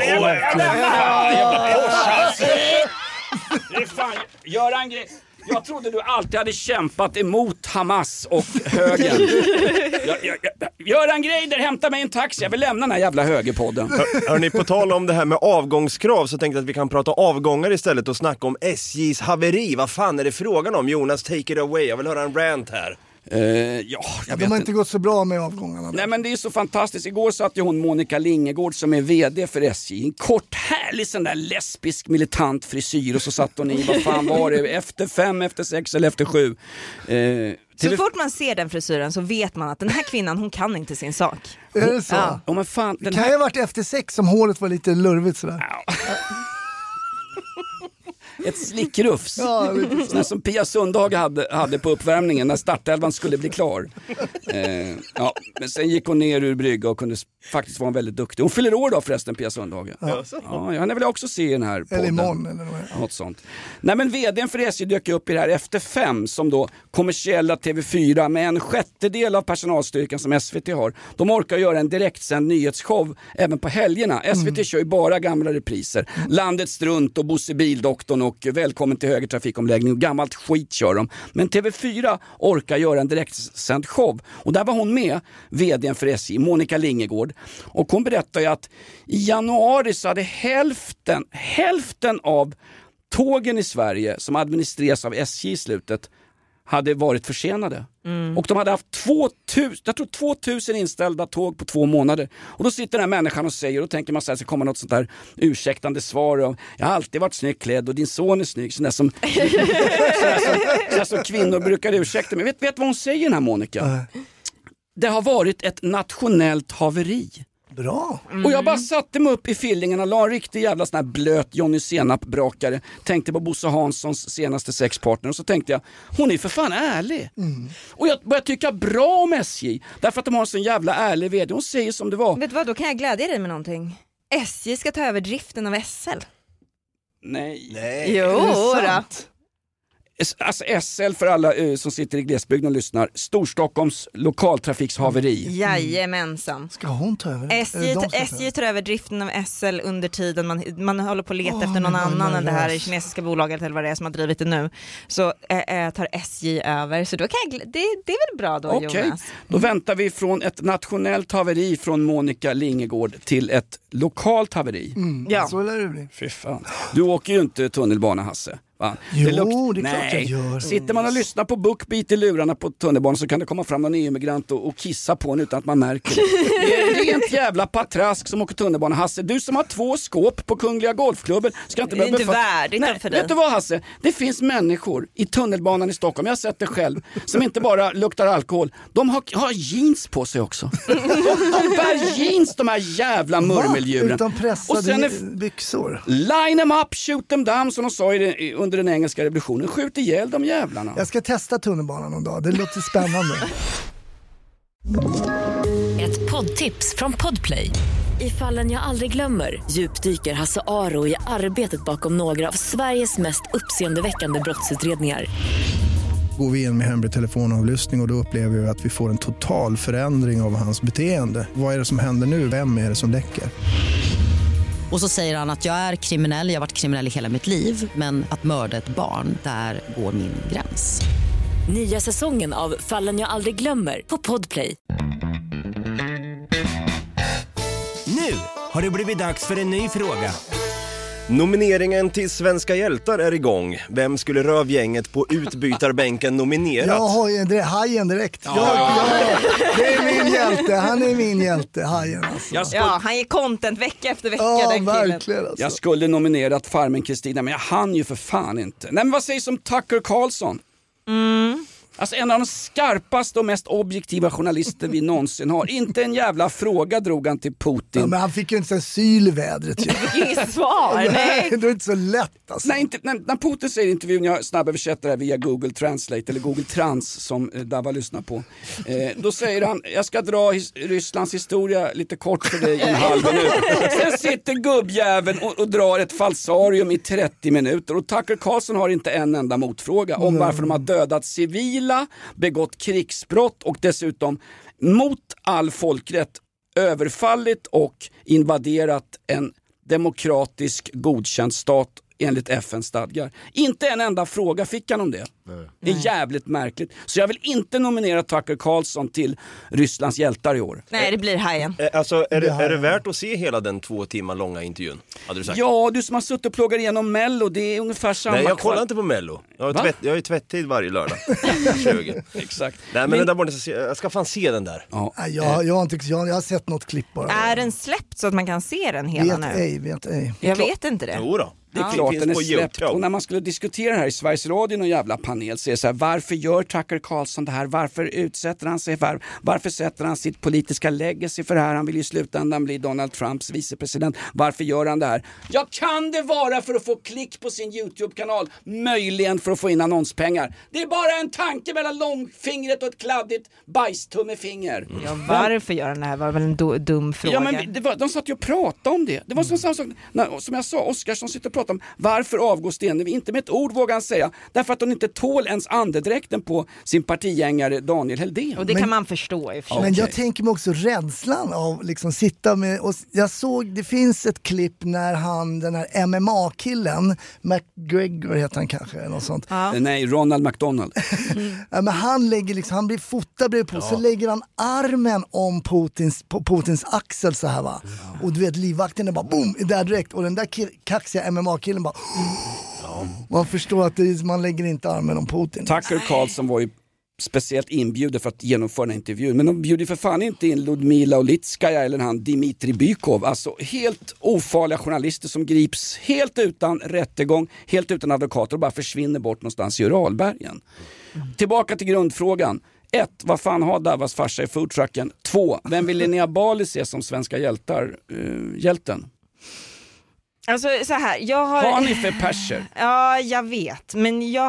Gör en grej. Jag trodde du alltid hade kämpat emot Hamas och högern. Gör en grej där, hämta mig en taxi. Jag vill lämna den här jävla högerpodden. Hörrni, på tal om det här med avgångskrav, så tänkte jag att vi kan prata avgångar istället och snacka om SJs haveri. Vad fan är det frågan om? Jonas, take it away. Jag vill höra en rant här. De har inte gått så bra med avgångarna. Nej, men det är så fantastiskt. Igår satt ju hon Monica Lingegård som är vd för SJ. En kort härlig sån där lesbisk militant frisyr, och så satt hon i, vad fan var det, efter 5, efter 6 eller efter 7. Så fort man ser den frisyren så vet man att den här kvinnan, hon kan inte sin sak. Är det så? Ja. Men fan, det kan ju ha varit efter 6 som håret var lite lurvigt sådär. Ett slickrufs. Ja, sådär som Pia Sundhag hade på uppvärmningen när startelvan skulle bli klar. Men sen gick hon ner ur brygga och kunde faktiskt vara väldigt duktig. Hon fyller år då förresten, Pia Sundhag. Jag vill också se den här podden. Eller imorgon eller något sånt. Nej, men vdn för SJ dök upp i det här Efter 5 som då kommersiella TV4 med en sjättedel av personalstyrkan som SVT har. De orkar göra en direktsänd nyhetsshow även på helgerna. SVT kör ju bara gamla repriser. Landets runt och Bosse Bildoktorn och Välkommen till högertrafikomläggning och gammalt skit kör de. Men TV4 orkar göra en direktsänd show. Och där var hon med, vdn för SJ, Monica Lingegård. Och hon berättade ju att i januari så hade hälften av tågen i Sverige som administreras av SJ i slutet hade varit försenade. Och de hade haft 2000 inställda tåg på 2 månader. Och då sitter den här människan och säger, och då tänker man så här, så kommer något sånt där ursäktande svar av, jag har alltid varit snyggt klädd och din son är snygg, sådär som kvinnor brukar ursäkta. Men vet vad hon säger, den här Monica? Det har varit ett nationellt haveri. Bra. Och jag bara satte mig upp i fillingen och la en riktig jävla sån här blöt Johnny Senap-brakare. Tänkte på Bosse Hanssons senaste sexpartner, och så tänkte jag, hon är för fan ärlig. Och jag började tycka bra om SJ, därför att de har en sån jävla ärlig vd. Hon säger som det var. Vet du vad, då kan jag glädja dig med någonting. SJ ska ta över driften av SL. Nej. Jo, då. Alltså SL, för alla som sitter i glesbygden och lyssnar, Storstockholms lokaltrafikshaveri. Jajamensan. Ska hon ta över? SJ tar över driften av SL under tiden man håller på att leta efter någon annan än det här kinesiska bolaget eller vad det är som har drivit det nu. Så tar SJ över. Så då kan det är väl bra då, Jonas? Då väntar vi från ett nationellt haveri från Monica Lingegård till ett lokalt haveri. Ja. Så lär det bli. Fy fan. Du åker ju inte tunnelbana, Hasse. Va? Jo, det är klart jag gör. Sitter man och lyssnar på Bookbeat i lurarna på tunnelbanan, så kan det komma fram en EU-migrant och kissa på en utan att man märker det. Det är rent jävla patrask som åker tunnelbana. Hasse, du som har 2 skåp på Kungliga Golfklubben ska inte behöva... Det är inte värdigt för dig. Vet du vad, Hasse? Det finns människor i tunnelbanan i Stockholm, jag har sett det själv, som inte bara luktar alkohol. De har jeans på sig också. De bär jeans, de här jävla murmeldjuren. Utan pressade byxor. Line them up, shoot them down, som de sa under den engelska revolutionen. Skjut ihjäl de jävlarna. Jag ska testa tunnelbanan någon dag. Det låter spännande. Ett poddtips från Podplay. I Fallen jag aldrig glömmer djupdyker Hasse Aro i arbetet bakom några av Sveriges mest uppseendeväckande brottsutredningar. Går vi in med hemlig telefonavlyssning och då upplever vi att vi får en total förändring av hans beteende. Vad är det som händer nu? Vem är det som läcker? Och så säger han att jag är kriminell, jag har varit kriminell i hela mitt liv. Men att mörda ett barn, där går min gräns. Nya säsongen av Fallen jag aldrig glömmer på Podplay. Nu har det blivit dags för en ny fråga. Nomineringen till Svenska hjältar är igång. Vem skulle rövgänget på utbytarbänken nominerat? Jag har ju Hajen direkt. Ja, det är min hjälte. Han är min hjälte, Hajen alltså. Ja, han ger content vecka efter vecka, ja, den killen. Verkligen, alltså. Jag skulle nominerat Farmen Kristina, men jag hann ju för fan inte. Nej, men vad sägs om Tucker Carlson? Alltså en av de skarpaste och mest objektiva journalister vi någonsin har. Inte en jävla fråga drog han till Putin. Ja, men han fick ju inte så syl i vädret. Han fick inget svar. Nej. Det är inte så lätt alltså. Nej, inte, när Putin säger i intervjun, jag snabböversätter det här via Google Translate eller Google Trans som Dava lyssnar på. Då säger han, jag ska dra Rysslands historia lite kort för dig i en halv minut. Sen sitter gubbjäveln och drar ett falsarium i 30 minuter och Tucker Carlson har inte en enda motfråga om varför de har dödat civila, begått krigsbrott och dessutom mot all folkrätt överfallit och invaderat en demokratisk godkänd stat enligt FN-stadgar. Inte en enda fråga fick han om det. Det är jävligt märkligt. Så jag vill inte nominera Tucker Carlson till Rysslands hjältar i år. Nej, det blir Hajen. Alltså, är det värt att se hela den 2 timmar långa intervjun? Hade du sagt? Ja, du som har suttit och plågat igenom Mello, det är ungefär samma. Nej, jag kollar inte på Mello. Jag har ju tvätttid varje lördag. 20. Exakt. Nej, men den där borta, jag ska fan se den där. Ja. Jag har sett något klipp bara. Är den släppt så att man kan se den hela nu? Vet ej. Jag vet inte det. Jo då. Det är klart den är släppt. Och när man skulle diskutera det här i Sveriges Radio, någon jävla panel, så är det så här, varför gör Tucker Carlson det här? Varför utsätter han sig för? Varför sätter han sitt politiska legacy för det här? Han vill ju i slutändan bli Donald Trumps vicepresident. Varför gör han det här? Ja, kan det vara för att få klick på sin YouTube-kanal? Möjligen för att få in annonspengar. Det är bara en tanke mellan långfingret och ett kladdigt bajstummefinger. Ja, varför gör han det här? Var väl en dum fråga. Ja, men de satt ju och pratade om det. Det var som samma sak, som jag sa, Oskarsson sitter och pratar om varför avgår Stenevi. Inte med ett ord vågar han säga. Därför att de inte tål ens andedräkten på sin partigängare Daniel Heldén. Och det kan man förstå i och för sig. Men jag tänker mig också rädslan av liksom sitta med, och jag såg, det finns ett klipp när han, den här MMA-killen, McGregor heter han kanske, eller något sånt. Nej, Ronald McDonald. Ja, men han lägger liksom, han blir fotad bredvid på, så lägger han armen om Putins axel så här va. Och du vet, livvakten är bara boom, där direkt, och den där kaxiga MMA-killen bara man förstår att man lägger inte armen om Putin. Tucker Carlson var ju speciellt inbjuden för att genomföra en intervju, men de bjuder för fan inte in Ludmila Olitskaja eller han Dmitri Bykov, alltså helt ofarliga journalister som grips helt utan rättegång, helt utan advokater och bara försvinner bort någonstans i Uralbergen. Tillbaka till grundfrågan. 1. Vad fan har Davas farsa i foodtrucken? 2. Vem vill Linnea Bali se som svenska hjälten? Alltså så här, jag har... Har ni för perser? Ja, jag vet. Men jag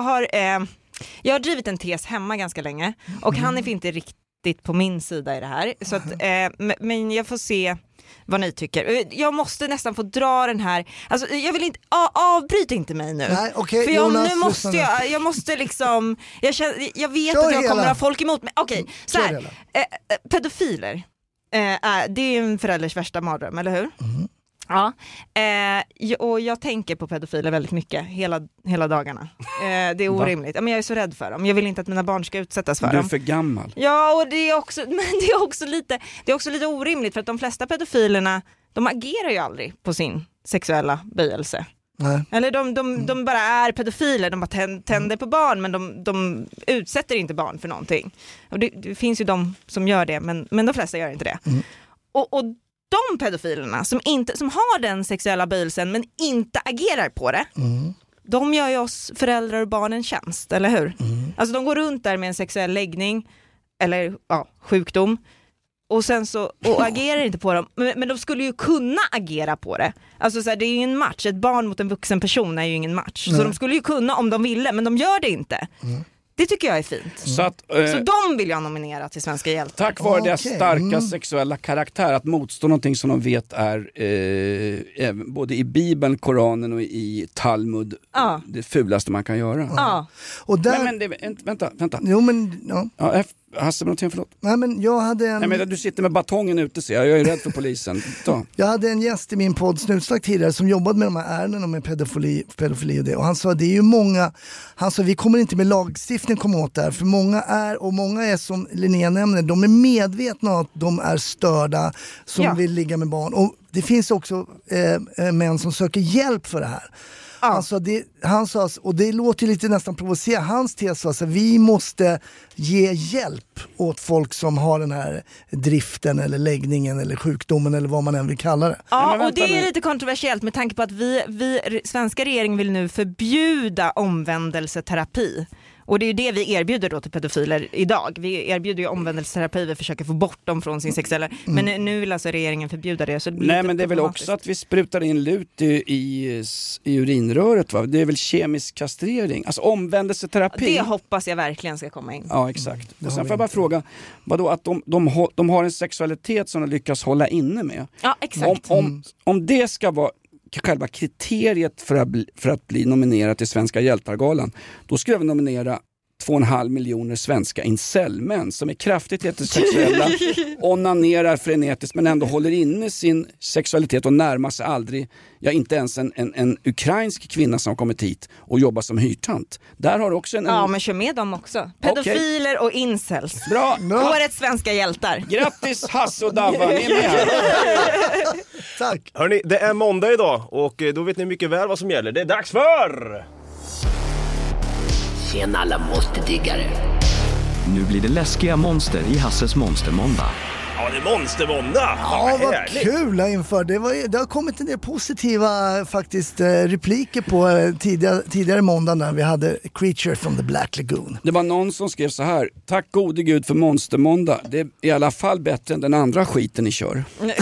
har drivit en tes hemma ganska länge. Och Hanif är inte riktigt på min sida i det här. Så att, men jag får se vad ni tycker. Jag måste nästan få dra den här... Alltså, jag vill inte... Avbryt inte mig nu. Nej, okay, för Jonas, nu måste jag måste liksom... Jag vet Kör att jag hela. kommer att ha folk emot mig. Okej, så här. Pedofiler. Det är en förälders värsta mardröm, eller hur? Ja, och jag tänker på pedofiler väldigt mycket hela dagarna. Det är orimligt. Men jag är så rädd för dem. Jag vill inte att mina barn ska utsättas för dem. Du är för gammal. Ja, och det är också lite orimligt för att de flesta pedofilerna, de agerar ju aldrig på sin sexuella böjelse. Nej. Eller de bara är pedofiler, de bara tänder på barn, men de utsätter inte barn för någonting. Och det finns ju de som gör det, men de flesta gör inte det. Och de pedofilerna som har den sexuella böjelsen men inte agerar på det, de gör ju oss föräldrar och barn en tjänst, eller hur? Alltså de går runt där med en sexuell läggning eller sjukdom och sen så agerar inte på dem, men de skulle ju kunna agera på det. Alltså så här, det är ju en match, ett barn mot en vuxen person är ju ingen match. Så de skulle ju kunna om de ville, men de gör det inte. Det tycker jag är fint. Så de vill jag nominera till svenska hjältar. Tack vare deras starka sexuella karaktär, att motstå någonting som de vet är både i Bibeln, Koranen och i Talmud det fulaste man kan göra. Och där... Men vänta. Jo, men... Hasse Brontén, förlåt. Nej, men jag hade en... Nej, men du sitter med batongen ute, så jag är rädd för polisen. Jag hade en gäst i min podd Snutsnack tidigare som jobbade med de här ärendena med pedofili och det. Och han sa, det är ju många, han sa, vi kommer inte med lagstiftning komma åt det här. För många är som Linnea nämner, de är medvetna om att de är störda som vill ligga med barn. Och det finns också män som söker hjälp för det här. Han sa, och det låter lite nästan provocerande, hans tes var att vi måste ge hjälp åt folk som har den här driften eller läggningen eller sjukdomen eller vad man än vill kalla det. Ja, och det är lite kontroversiellt med tanke på att vi svenska regeringen vill nu förbjuda omvändelseterapi. Och det är ju det vi erbjuder då till pedofiler idag. Vi erbjuder ju omvändelseterapi, vi försöker få bort dem från sin sexuella... Men nu vill alltså regeringen förbjuda det. Så det nej, men det är väl också att vi sprutar in lut i urinröret, va? Det är väl kemisk kastrering. Alltså omvändelseterapi. Det hoppas jag verkligen ska komma in. Ja, exakt. Och sen får jag bara fråga, vadå, att de har en sexualitet som de lyckas hålla inne med. Ja, exakt. Om det ska vara själva kriteriet för att bli nominerad till Svenska hjältargalan, då skulle vi nominera 2,5 miljoner svenska incel-män som är kraftigt heterosexuella, onanerar frenetiskt men ändå håller inne sin sexualitet och närmar sig aldrig, inte ens en ukrainsk kvinna som har kommit hit och jobbar som hyrtant. Där har också Ja, men kör med dem också. Pedofiler och incels. Bra. Årets svenska hjältar. Grattis Hasse och Davva, ni är med här. Tack. Hörrni, det är måndag idag och då vet ni mycket väl vad som gäller. Det är dags för... Tjena alla monsterdiggare. Nu blir det läskiga monster i Hasses monstermåndag. Ja, det är monstermåndag. Ja, vad kul inför. Det har kommit en del positiva faktiskt repliker på tidigare måndag när vi hade Creature from the Black Lagoon. Det var någon som skrev så här: tack gode gud för monstermåndag. Det är i alla fall bättre än den andra skiten ni kör.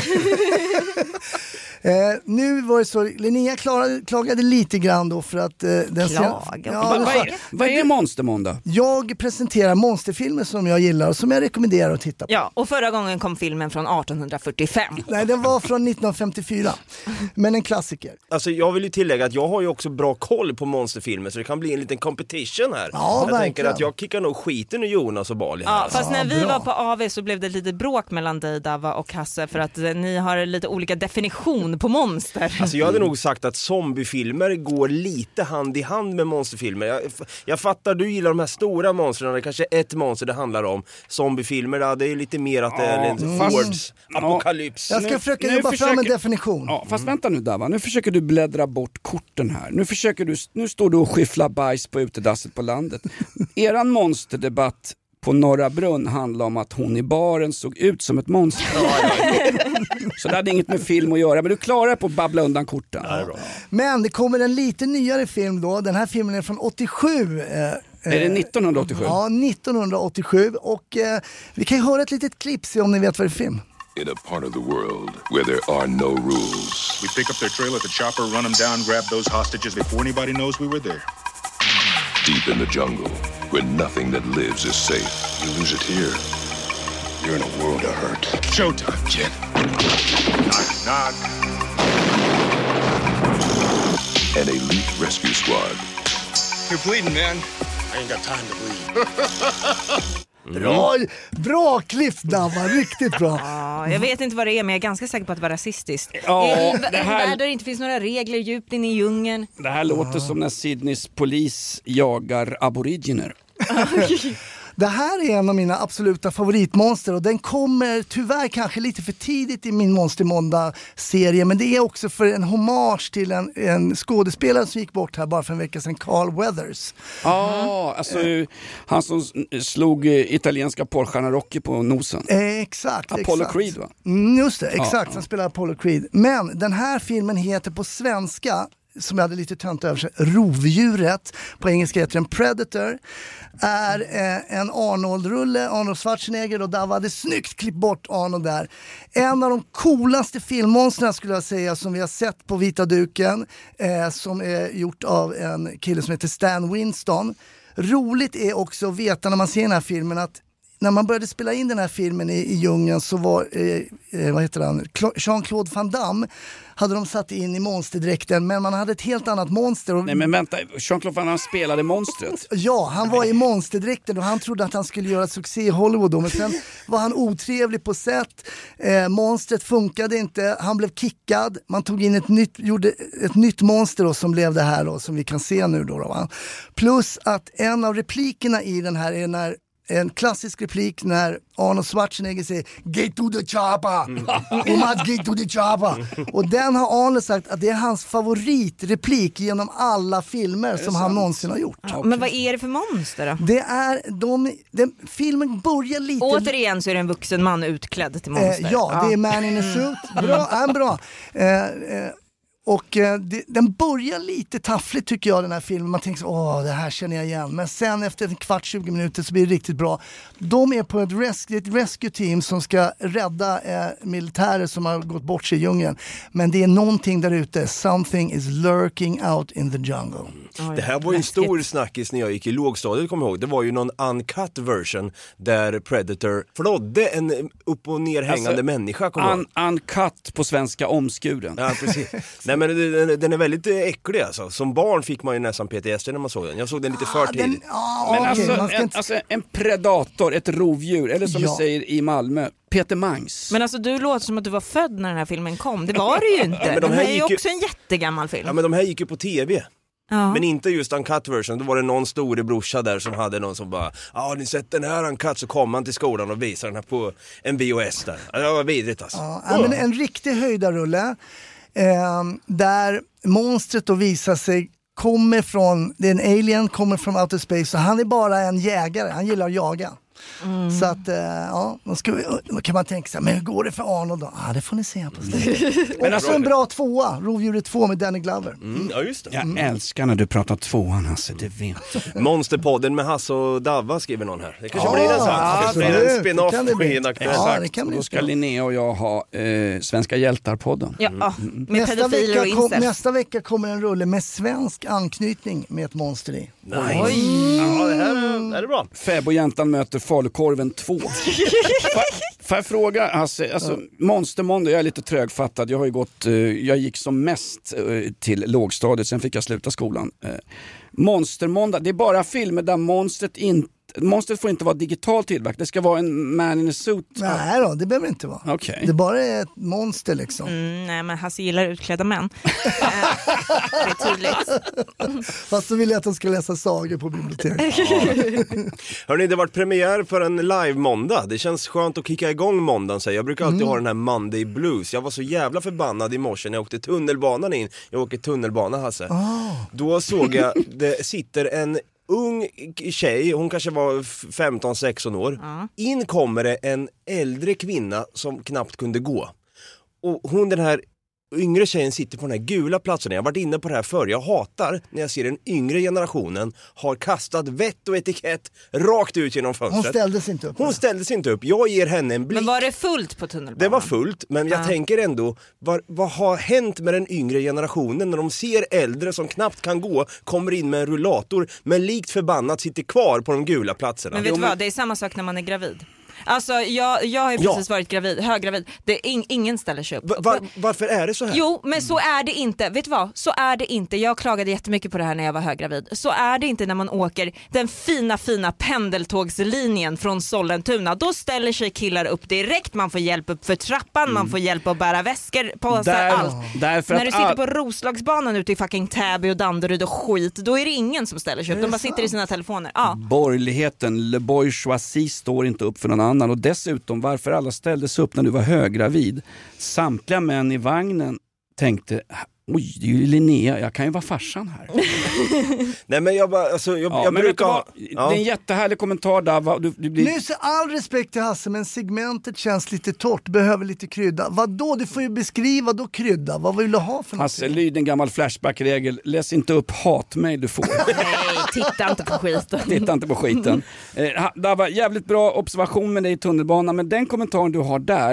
Nu var det så, Linnea klagade lite grann då för att vad är monstermåndag? Jag presenterar monsterfilmer som jag gillar och som jag rekommenderar att titta på. Ja, och förra gången kom filmen från 1845. Nej, den var från 1954. Men en klassiker. Alltså jag vill ju tillägga att jag har ju också bra koll på monsterfilmer, så det kan bli en liten competition här. Ja, jag verkligen. Tänker att jag kickar nog skiten ur Jonas och Bali här. Ja, fast när vi var på AV så blev det lite bråk mellan dig, Dava, och Hasse för att ni har lite olika definition på monster. Alltså jag hade nog sagt att zombiefilmer går lite hand i hand med monsterfilmer. Jag fattar, du gillar de här stora monstren, det kanske är ett monster det handlar om. Zombiefilmer, det är lite mer att det är en hordes, apokalyps. Jag ska försöka jobba fram en definition. Ja, fast vänta nu Dava, nu försöker du bläddra bort korten här. Nu står du och skifflar bajs på utedasset på landet. Eran monsterdebatt på Norra Brunn handlar om att hon i baren såg ut som ett monster. Så det hade inget med film att göra, men du klarar på att babbla undan korten. Ja. Men det kommer en lite nyare film då. Den här filmen är från 87. Är det 1987? Ja, 1987. Och vi kan ju höra ett litet klipp, se om ni vet vad det är film. In a part of the world where there are no rules. We pick up their trail at the chopper, run them down, grab those hostages before anybody knows we were there. Deep in the jungle, where nothing that lives is safe. You lose it here, you're in a world of hurt. Showtime, kid. Knock, knock. An elite rescue squad. You're bleeding, man. I ain't got time to bleed. Bra klipp, Dava, riktigt bra. Ja, jag vet inte vad det är, men jag är ganska säker på att det var rasistiskt. Ja, där det inte finns några regler djupt in i djungeln. Det här låter som när Sydneys polis jagar aboriginer. Det här är en av mina absoluta favoritmonster och den kommer tyvärr kanske lite för tidigt i min Monstermåndag-serie, men det är också för en hommage till en skådespelare som gick bort här bara för en vecka sedan, Carl Weathers. Alltså han som slog italienska porrstjärnan Rocky på nosen. Exakt. Apollo Creed, va? Just det, exakt. Han spelar Apollo Creed. Men den här filmen heter på svenska, som jag hade lite tönt över sig, Rovdjuret. På engelska heter den Predator. Är en Arnold-rulle, Arnold Schwarzenegger, och där var det snyggt klippt bort Arnold där. En av de coolaste filmmonsterna skulle jag säga som vi har sett på vita duken, som är gjort av en kille som heter Stan Winston. Roligt är också att veta när man ser den här filmen att när man började spela in den här filmen i djungeln så var vad heter han? Jean-Claude Van Damme hade de satt in i monsterdräkten, men man hade ett helt annat monster. Nej men vänta, Jean-Claude Van Damme spelade monstret. Ja, han var i monsterdräkten och han trodde att han skulle göra succé i Hollywood då, men sen var han otrevlig på sätt. Monstret funkade inte, han blev kickad. Man tog in gjorde ett nytt monster då, som blev det här då, som vi kan se nu då, va? Plus att en av replikerna i den här är en klassisk replik när Arnold Schwarzenegger säger "Get to the chopper!" You must get to the chopper! Och den har Arnold sagt att det är hans favoritreplik genom alla filmer som han någonsin har gjort. Ja, men vad är det för monster då? Det är filmen börjar lite... Återigen så är det en vuxen man utklädd till monster. Ja, det är Man in a Suit. Bra. Och den börjar lite taffligt tycker jag, den här filmen. Man tänker så, det här känner jag igen. Men sen efter en kvart, 20 minuter så blir det riktigt bra. De är på ett rescue team som ska rädda militärer som har gått bort sig i djungeln. Men det är någonting där ute. Something is lurking out in the jungle. Det här var ju en stor snackis när jag gick i lågstadiet, kommer jag ihåg. Det var ju någon uncut version där Predator flådde en upp- och nerhängande människa. Uncut på svenska, omskuren. Ja, precis. Nej, men den är väldigt äcklig alltså. Som barn fick man ju nästan PTSD när man såg den. Jag såg den lite för tidigt. Men alltså en predator, ett rovdjur, eller som vi säger i Malmö, Peter Mangs. Men alltså du låter som att du var född när den här filmen kom. Det var det ju inte. Men det här är ju också en jättegammal film. Ja, men de här gick ju på tv. Ja. Men inte just uncut version. Då var det någon storebrorsa där som hade någon som bara, har ni sett den här uncut? Så kom han till skolan och visade den här på en VHS där. Det var vidrigt alltså. Ja, men en riktig höjdarrulle där monstret då visar sig kommer från, det är en alien, kommer från outer space, så han är bara en jägare, han gillar att jaga. Så att, då kan man tänka sig, men hur går det för Arnold då? Det får ni se på stället. Men också en bra tvåa, Rovdjuret 2 med Danny Glover. Ja, just det. Jag älskar när du pratar tvåan, Hasse, det vet. Monsterpodden med Hasse och Davva skriver någon här. Det kanske blir en sån. Det blir en spin-off på Inaktuellt. Då ska Linnea och jag ha Svenska Hjältar-podden. Ja, med pedofiler och incel. Nästa vecka kommer en rulle med svensk anknytning med ett monster i. Nice. Ja, det här är bra. Fäbodjäntan möter Falukorven 2. Får jag fråga, alltså Monstermåndag, jag är lite trögfattad. Jag har ju jag gick som mest till lågstadiet, sen fick jag sluta skolan. Monstermåndag, det är bara filmer där monstret får inte vara digitalt tillverkat. Det ska vara en man in a suit. Nej då, det behöver inte vara. Okay. Det bara är ett monster liksom. Nej, men Hasse gillar utklädda män. Det är tydligt. Fast så vill jag att de ska läsa sagor på biblioteket. Hörrni, det har varit premiär för en live-måndag. Det känns skönt att kicka igång måndagen. Så jag brukar alltid ha den här Monday Blues. Jag var så jävla förbannad i morse när jag åkte tunnelbanan in. Jag åker tunnelbana, Hasse. Då såg jag, det sitter en ung tjej, hon kanske var 15-16 år. In kommer det en äldre kvinna som knappt kunde gå. Och hon, den här yngre tjejen, sitter på den här gula platsen. Jag har varit inne på det här förr. Jag hatar när jag ser den yngre generationen har kastat vett och etikett rakt ut genom fönstret. Hon ställdes inte upp. Jag ger henne en blick. Men var det fullt på tunnelbanan? Det var fullt, men jag tänker ändå, vad har hänt med den yngre generationen när de ser äldre som knappt kan gå, kommer in med en rullator, men likt förbannat sitter kvar på de gula platserna. Men vet du vad, det är samma sak när man är gravid. Alltså jag har ju precis varit höggravid. Det är ingen ställer sig upp. Varför är det så här? Jo, men så är det inte. Vet du vad? Så är det inte. Jag klagade jättemycket på det här när jag var höggravid. Så är det inte när man åker den fina pendeltågslinjen från Sollentuna. Då ställer sig killar upp direkt. Man får hjälp upp för trappan. Man får hjälp att bära väskor, påsar, allt. När du sitter på Roslagsbanan ute i fucking Täby och Danderyd och skit, då är det ingen som ställer sig upp. De bara sitter i sina telefoner. Borgerligheten, Le Bourgeoisie, står inte upp för någon annan. Och dessutom, varför alla ställdes upp när du var höggravid. Samtliga män i vagnen tänkte, oj, det är ju Linnea, jag kan ju vara farsan här. Nej, men jag bara, alltså, jag brukar... Det är en jättehärlig kommentar där. Du blir... Nu så all respekt till Hasse, men segmentet känns lite torrt, behöver lite krydda. Vadå? Du får ju beskriva då krydda. Vad vill du ha för något? Hasse, lyd en gammal flashback-regel. Läs inte upp hatmejl du får. Nej, titta inte på skiten. Titta inte på skiten. Det var jävligt bra observation med dig i tunnelbanan, men den kommentaren du har där,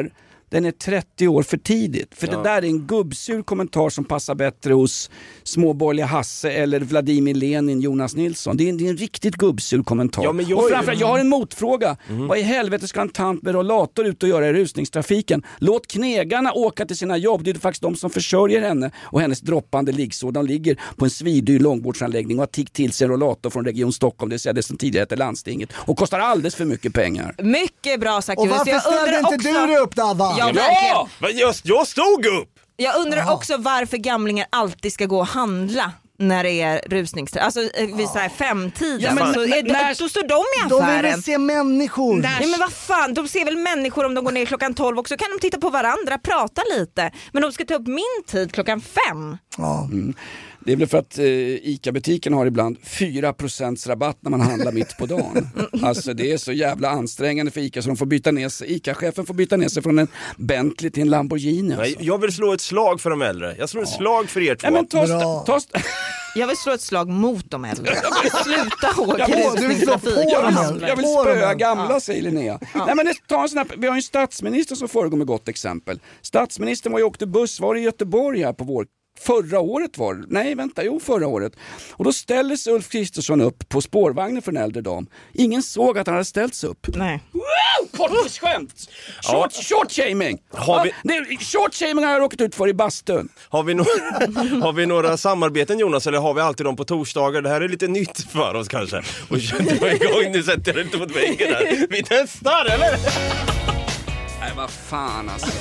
den är 30 år för tidigt. För det där är en gubbsur kommentar som passar bättre hos småborgerliga Hasse eller Vladimir Lenin, Jonas Nilsson. Det är en riktigt gubbsur kommentar. Ja, men och framförallt, jag har en motfråga. Vad i helvete ska en tant med rollator ut och göra i rusningstrafiken? Låt knegarna åka till sina jobb. Det är faktiskt de som försörjer henne och hennes droppande liggsår. De ligger på en sviddyr långvårdsanläggning och har tiggt till sig en rollator från Region Stockholm, det vill säga det som tidigare hette landstinget, och kostar alldeles för mycket pengar. Mycket bra sagt. Och varför ställde inte du upp där, va? Ja, jag stod upp! Jag undrar också varför gamlingar alltid ska gå och handla när det är rusningstid. Alltså vid så här 5-tiden. Ja, då står de i affären. De vill väl se människor. Ja, men vad fan, de ser väl människor om de går ner klockan 12 också. Kan de titta på varandra, prata lite. Men de ska ta upp min tid klockan 5. Ja. Det är väl för att ICA-butiken har ibland 4% rabatt när man handlar mitt på dagen. Alltså det är så jävla ansträngande för ICA så de får byta ner sig. ICA-chefen får byta ner sig från en Bentley till en Lamborghini. Alltså. Jag vill slå ett slag för de äldre. Jag slår ett slag för er två. Ja, men jag vill slå ett slag mot de äldre. Sluta åka Jag vill spöa gamla, säger Linnea. Nej, men vi har ju en statsminister som föregår med gott exempel. Statsministern var ju åkte buss, var i Göteborg här på förra året. Förra året. Och då ställde sig Ulf Kristersson upp på spårvagnen för en äldre dam. Ingen såg att han hade ställts upp. Nej. Wow, kortfiskskämt! Short shaming! Short shaming har jag råkat ut för i bastun. Har vi några samarbeten, Jonas, eller har vi alltid dem på torsdagar? Det här är lite nytt för oss kanske. Och dra igång, nu sätter jag inte mot väggen här. Vi testar, eller? Nej, vad fan alltså.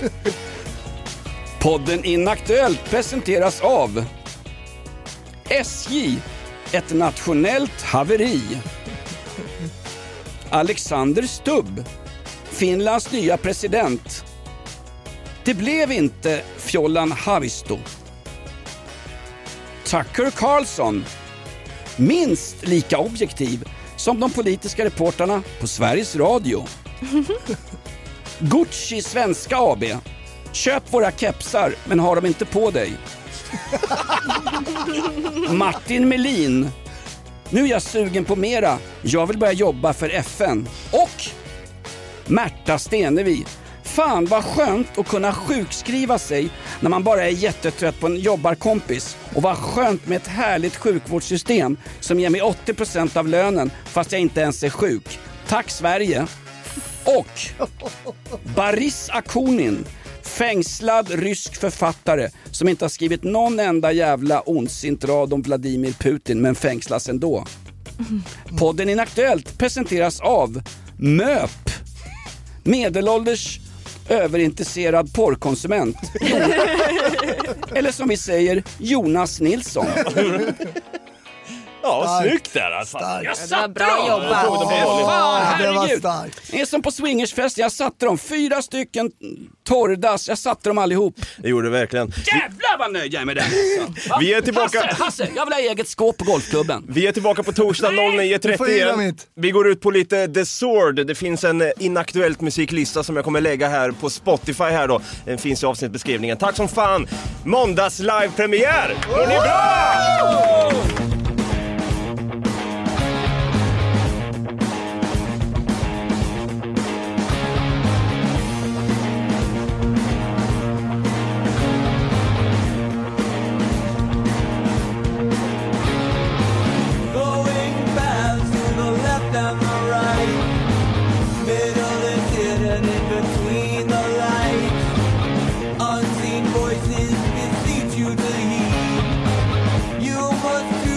Podden Inaktuellt presenteras av SJ, ett nationellt haveri. Alexander Stubb, Finlands nya president. Det blev inte Fjollan Haavisto. Tucker Carlson, minst lika objektiv som de politiska reporterna på Sveriges Radio. Gucci Svenska AB. Köp våra kepsar, men har dem inte på dig. Martin Melin. Nu är jag sugen på mera. Jag vill börja jobba för FN. Och Märta Stenevi. Fan vad skönt att kunna sjukskriva sig när man bara är jättetrött på en jobbarkompis. Och vad skönt med ett härligt sjukvårdssystem som ger mig 80% av lönen fast jag inte ens är sjuk. Tack Sverige. Och Baris Akunin. Fängslad rysk författare som inte har skrivit någon enda jävla ondsint rad om Vladimir Putin men fängslas ändå. Podden Inaktuellt presenteras av MÖP. Medelålders överintresserad porrkonsument. Eller som vi säger, Jonas Nilsson. Ja, snyggt där alltså. Det var bra jobbat. Det var starkt. Det är som på swingersfest, jag satte dem 4 stycken torrdass, jag satte dem allihop. Det gjorde verkligen. Jävlar vad nöjd jag är med det. Vi är tillbaka. Hasse, jag vill ha eget skåp på golfklubben. Vi är tillbaka på torsdag 09:30. Vi går ut på lite The Sword. Det finns en inaktuellt musiklista som jag kommer lägga här på Spotify här då. Den finns i avsnittbeskrivningen. Tack som fan. Måndags live-premiär. Går ni bra? Voices beseech you to heed. You must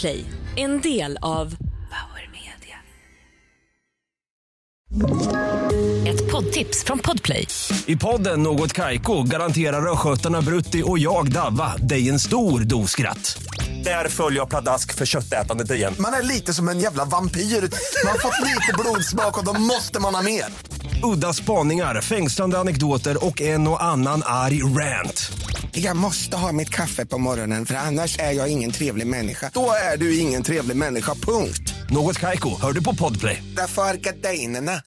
Podplay, en del av Power Media. Ett poddtips från Podplay. I podden Något Kaiko garanterar röskötarna Brutti och jag Davva dig en stor doskratt. Där följer jag pladask för köttätandet igen. Man är lite som en jävla vampyr. Man har fått lite blodsmak och då måste man ha mer. Udda spaningar, fängslande anekdoter och en och annan arg rant. Jag måste ha mitt kaffe på morgonen för annars är jag ingen trevlig människa. Då är du ingen trevlig människa, punkt. Något Kaiko, hör du på Podplay. Därför är gardinerna.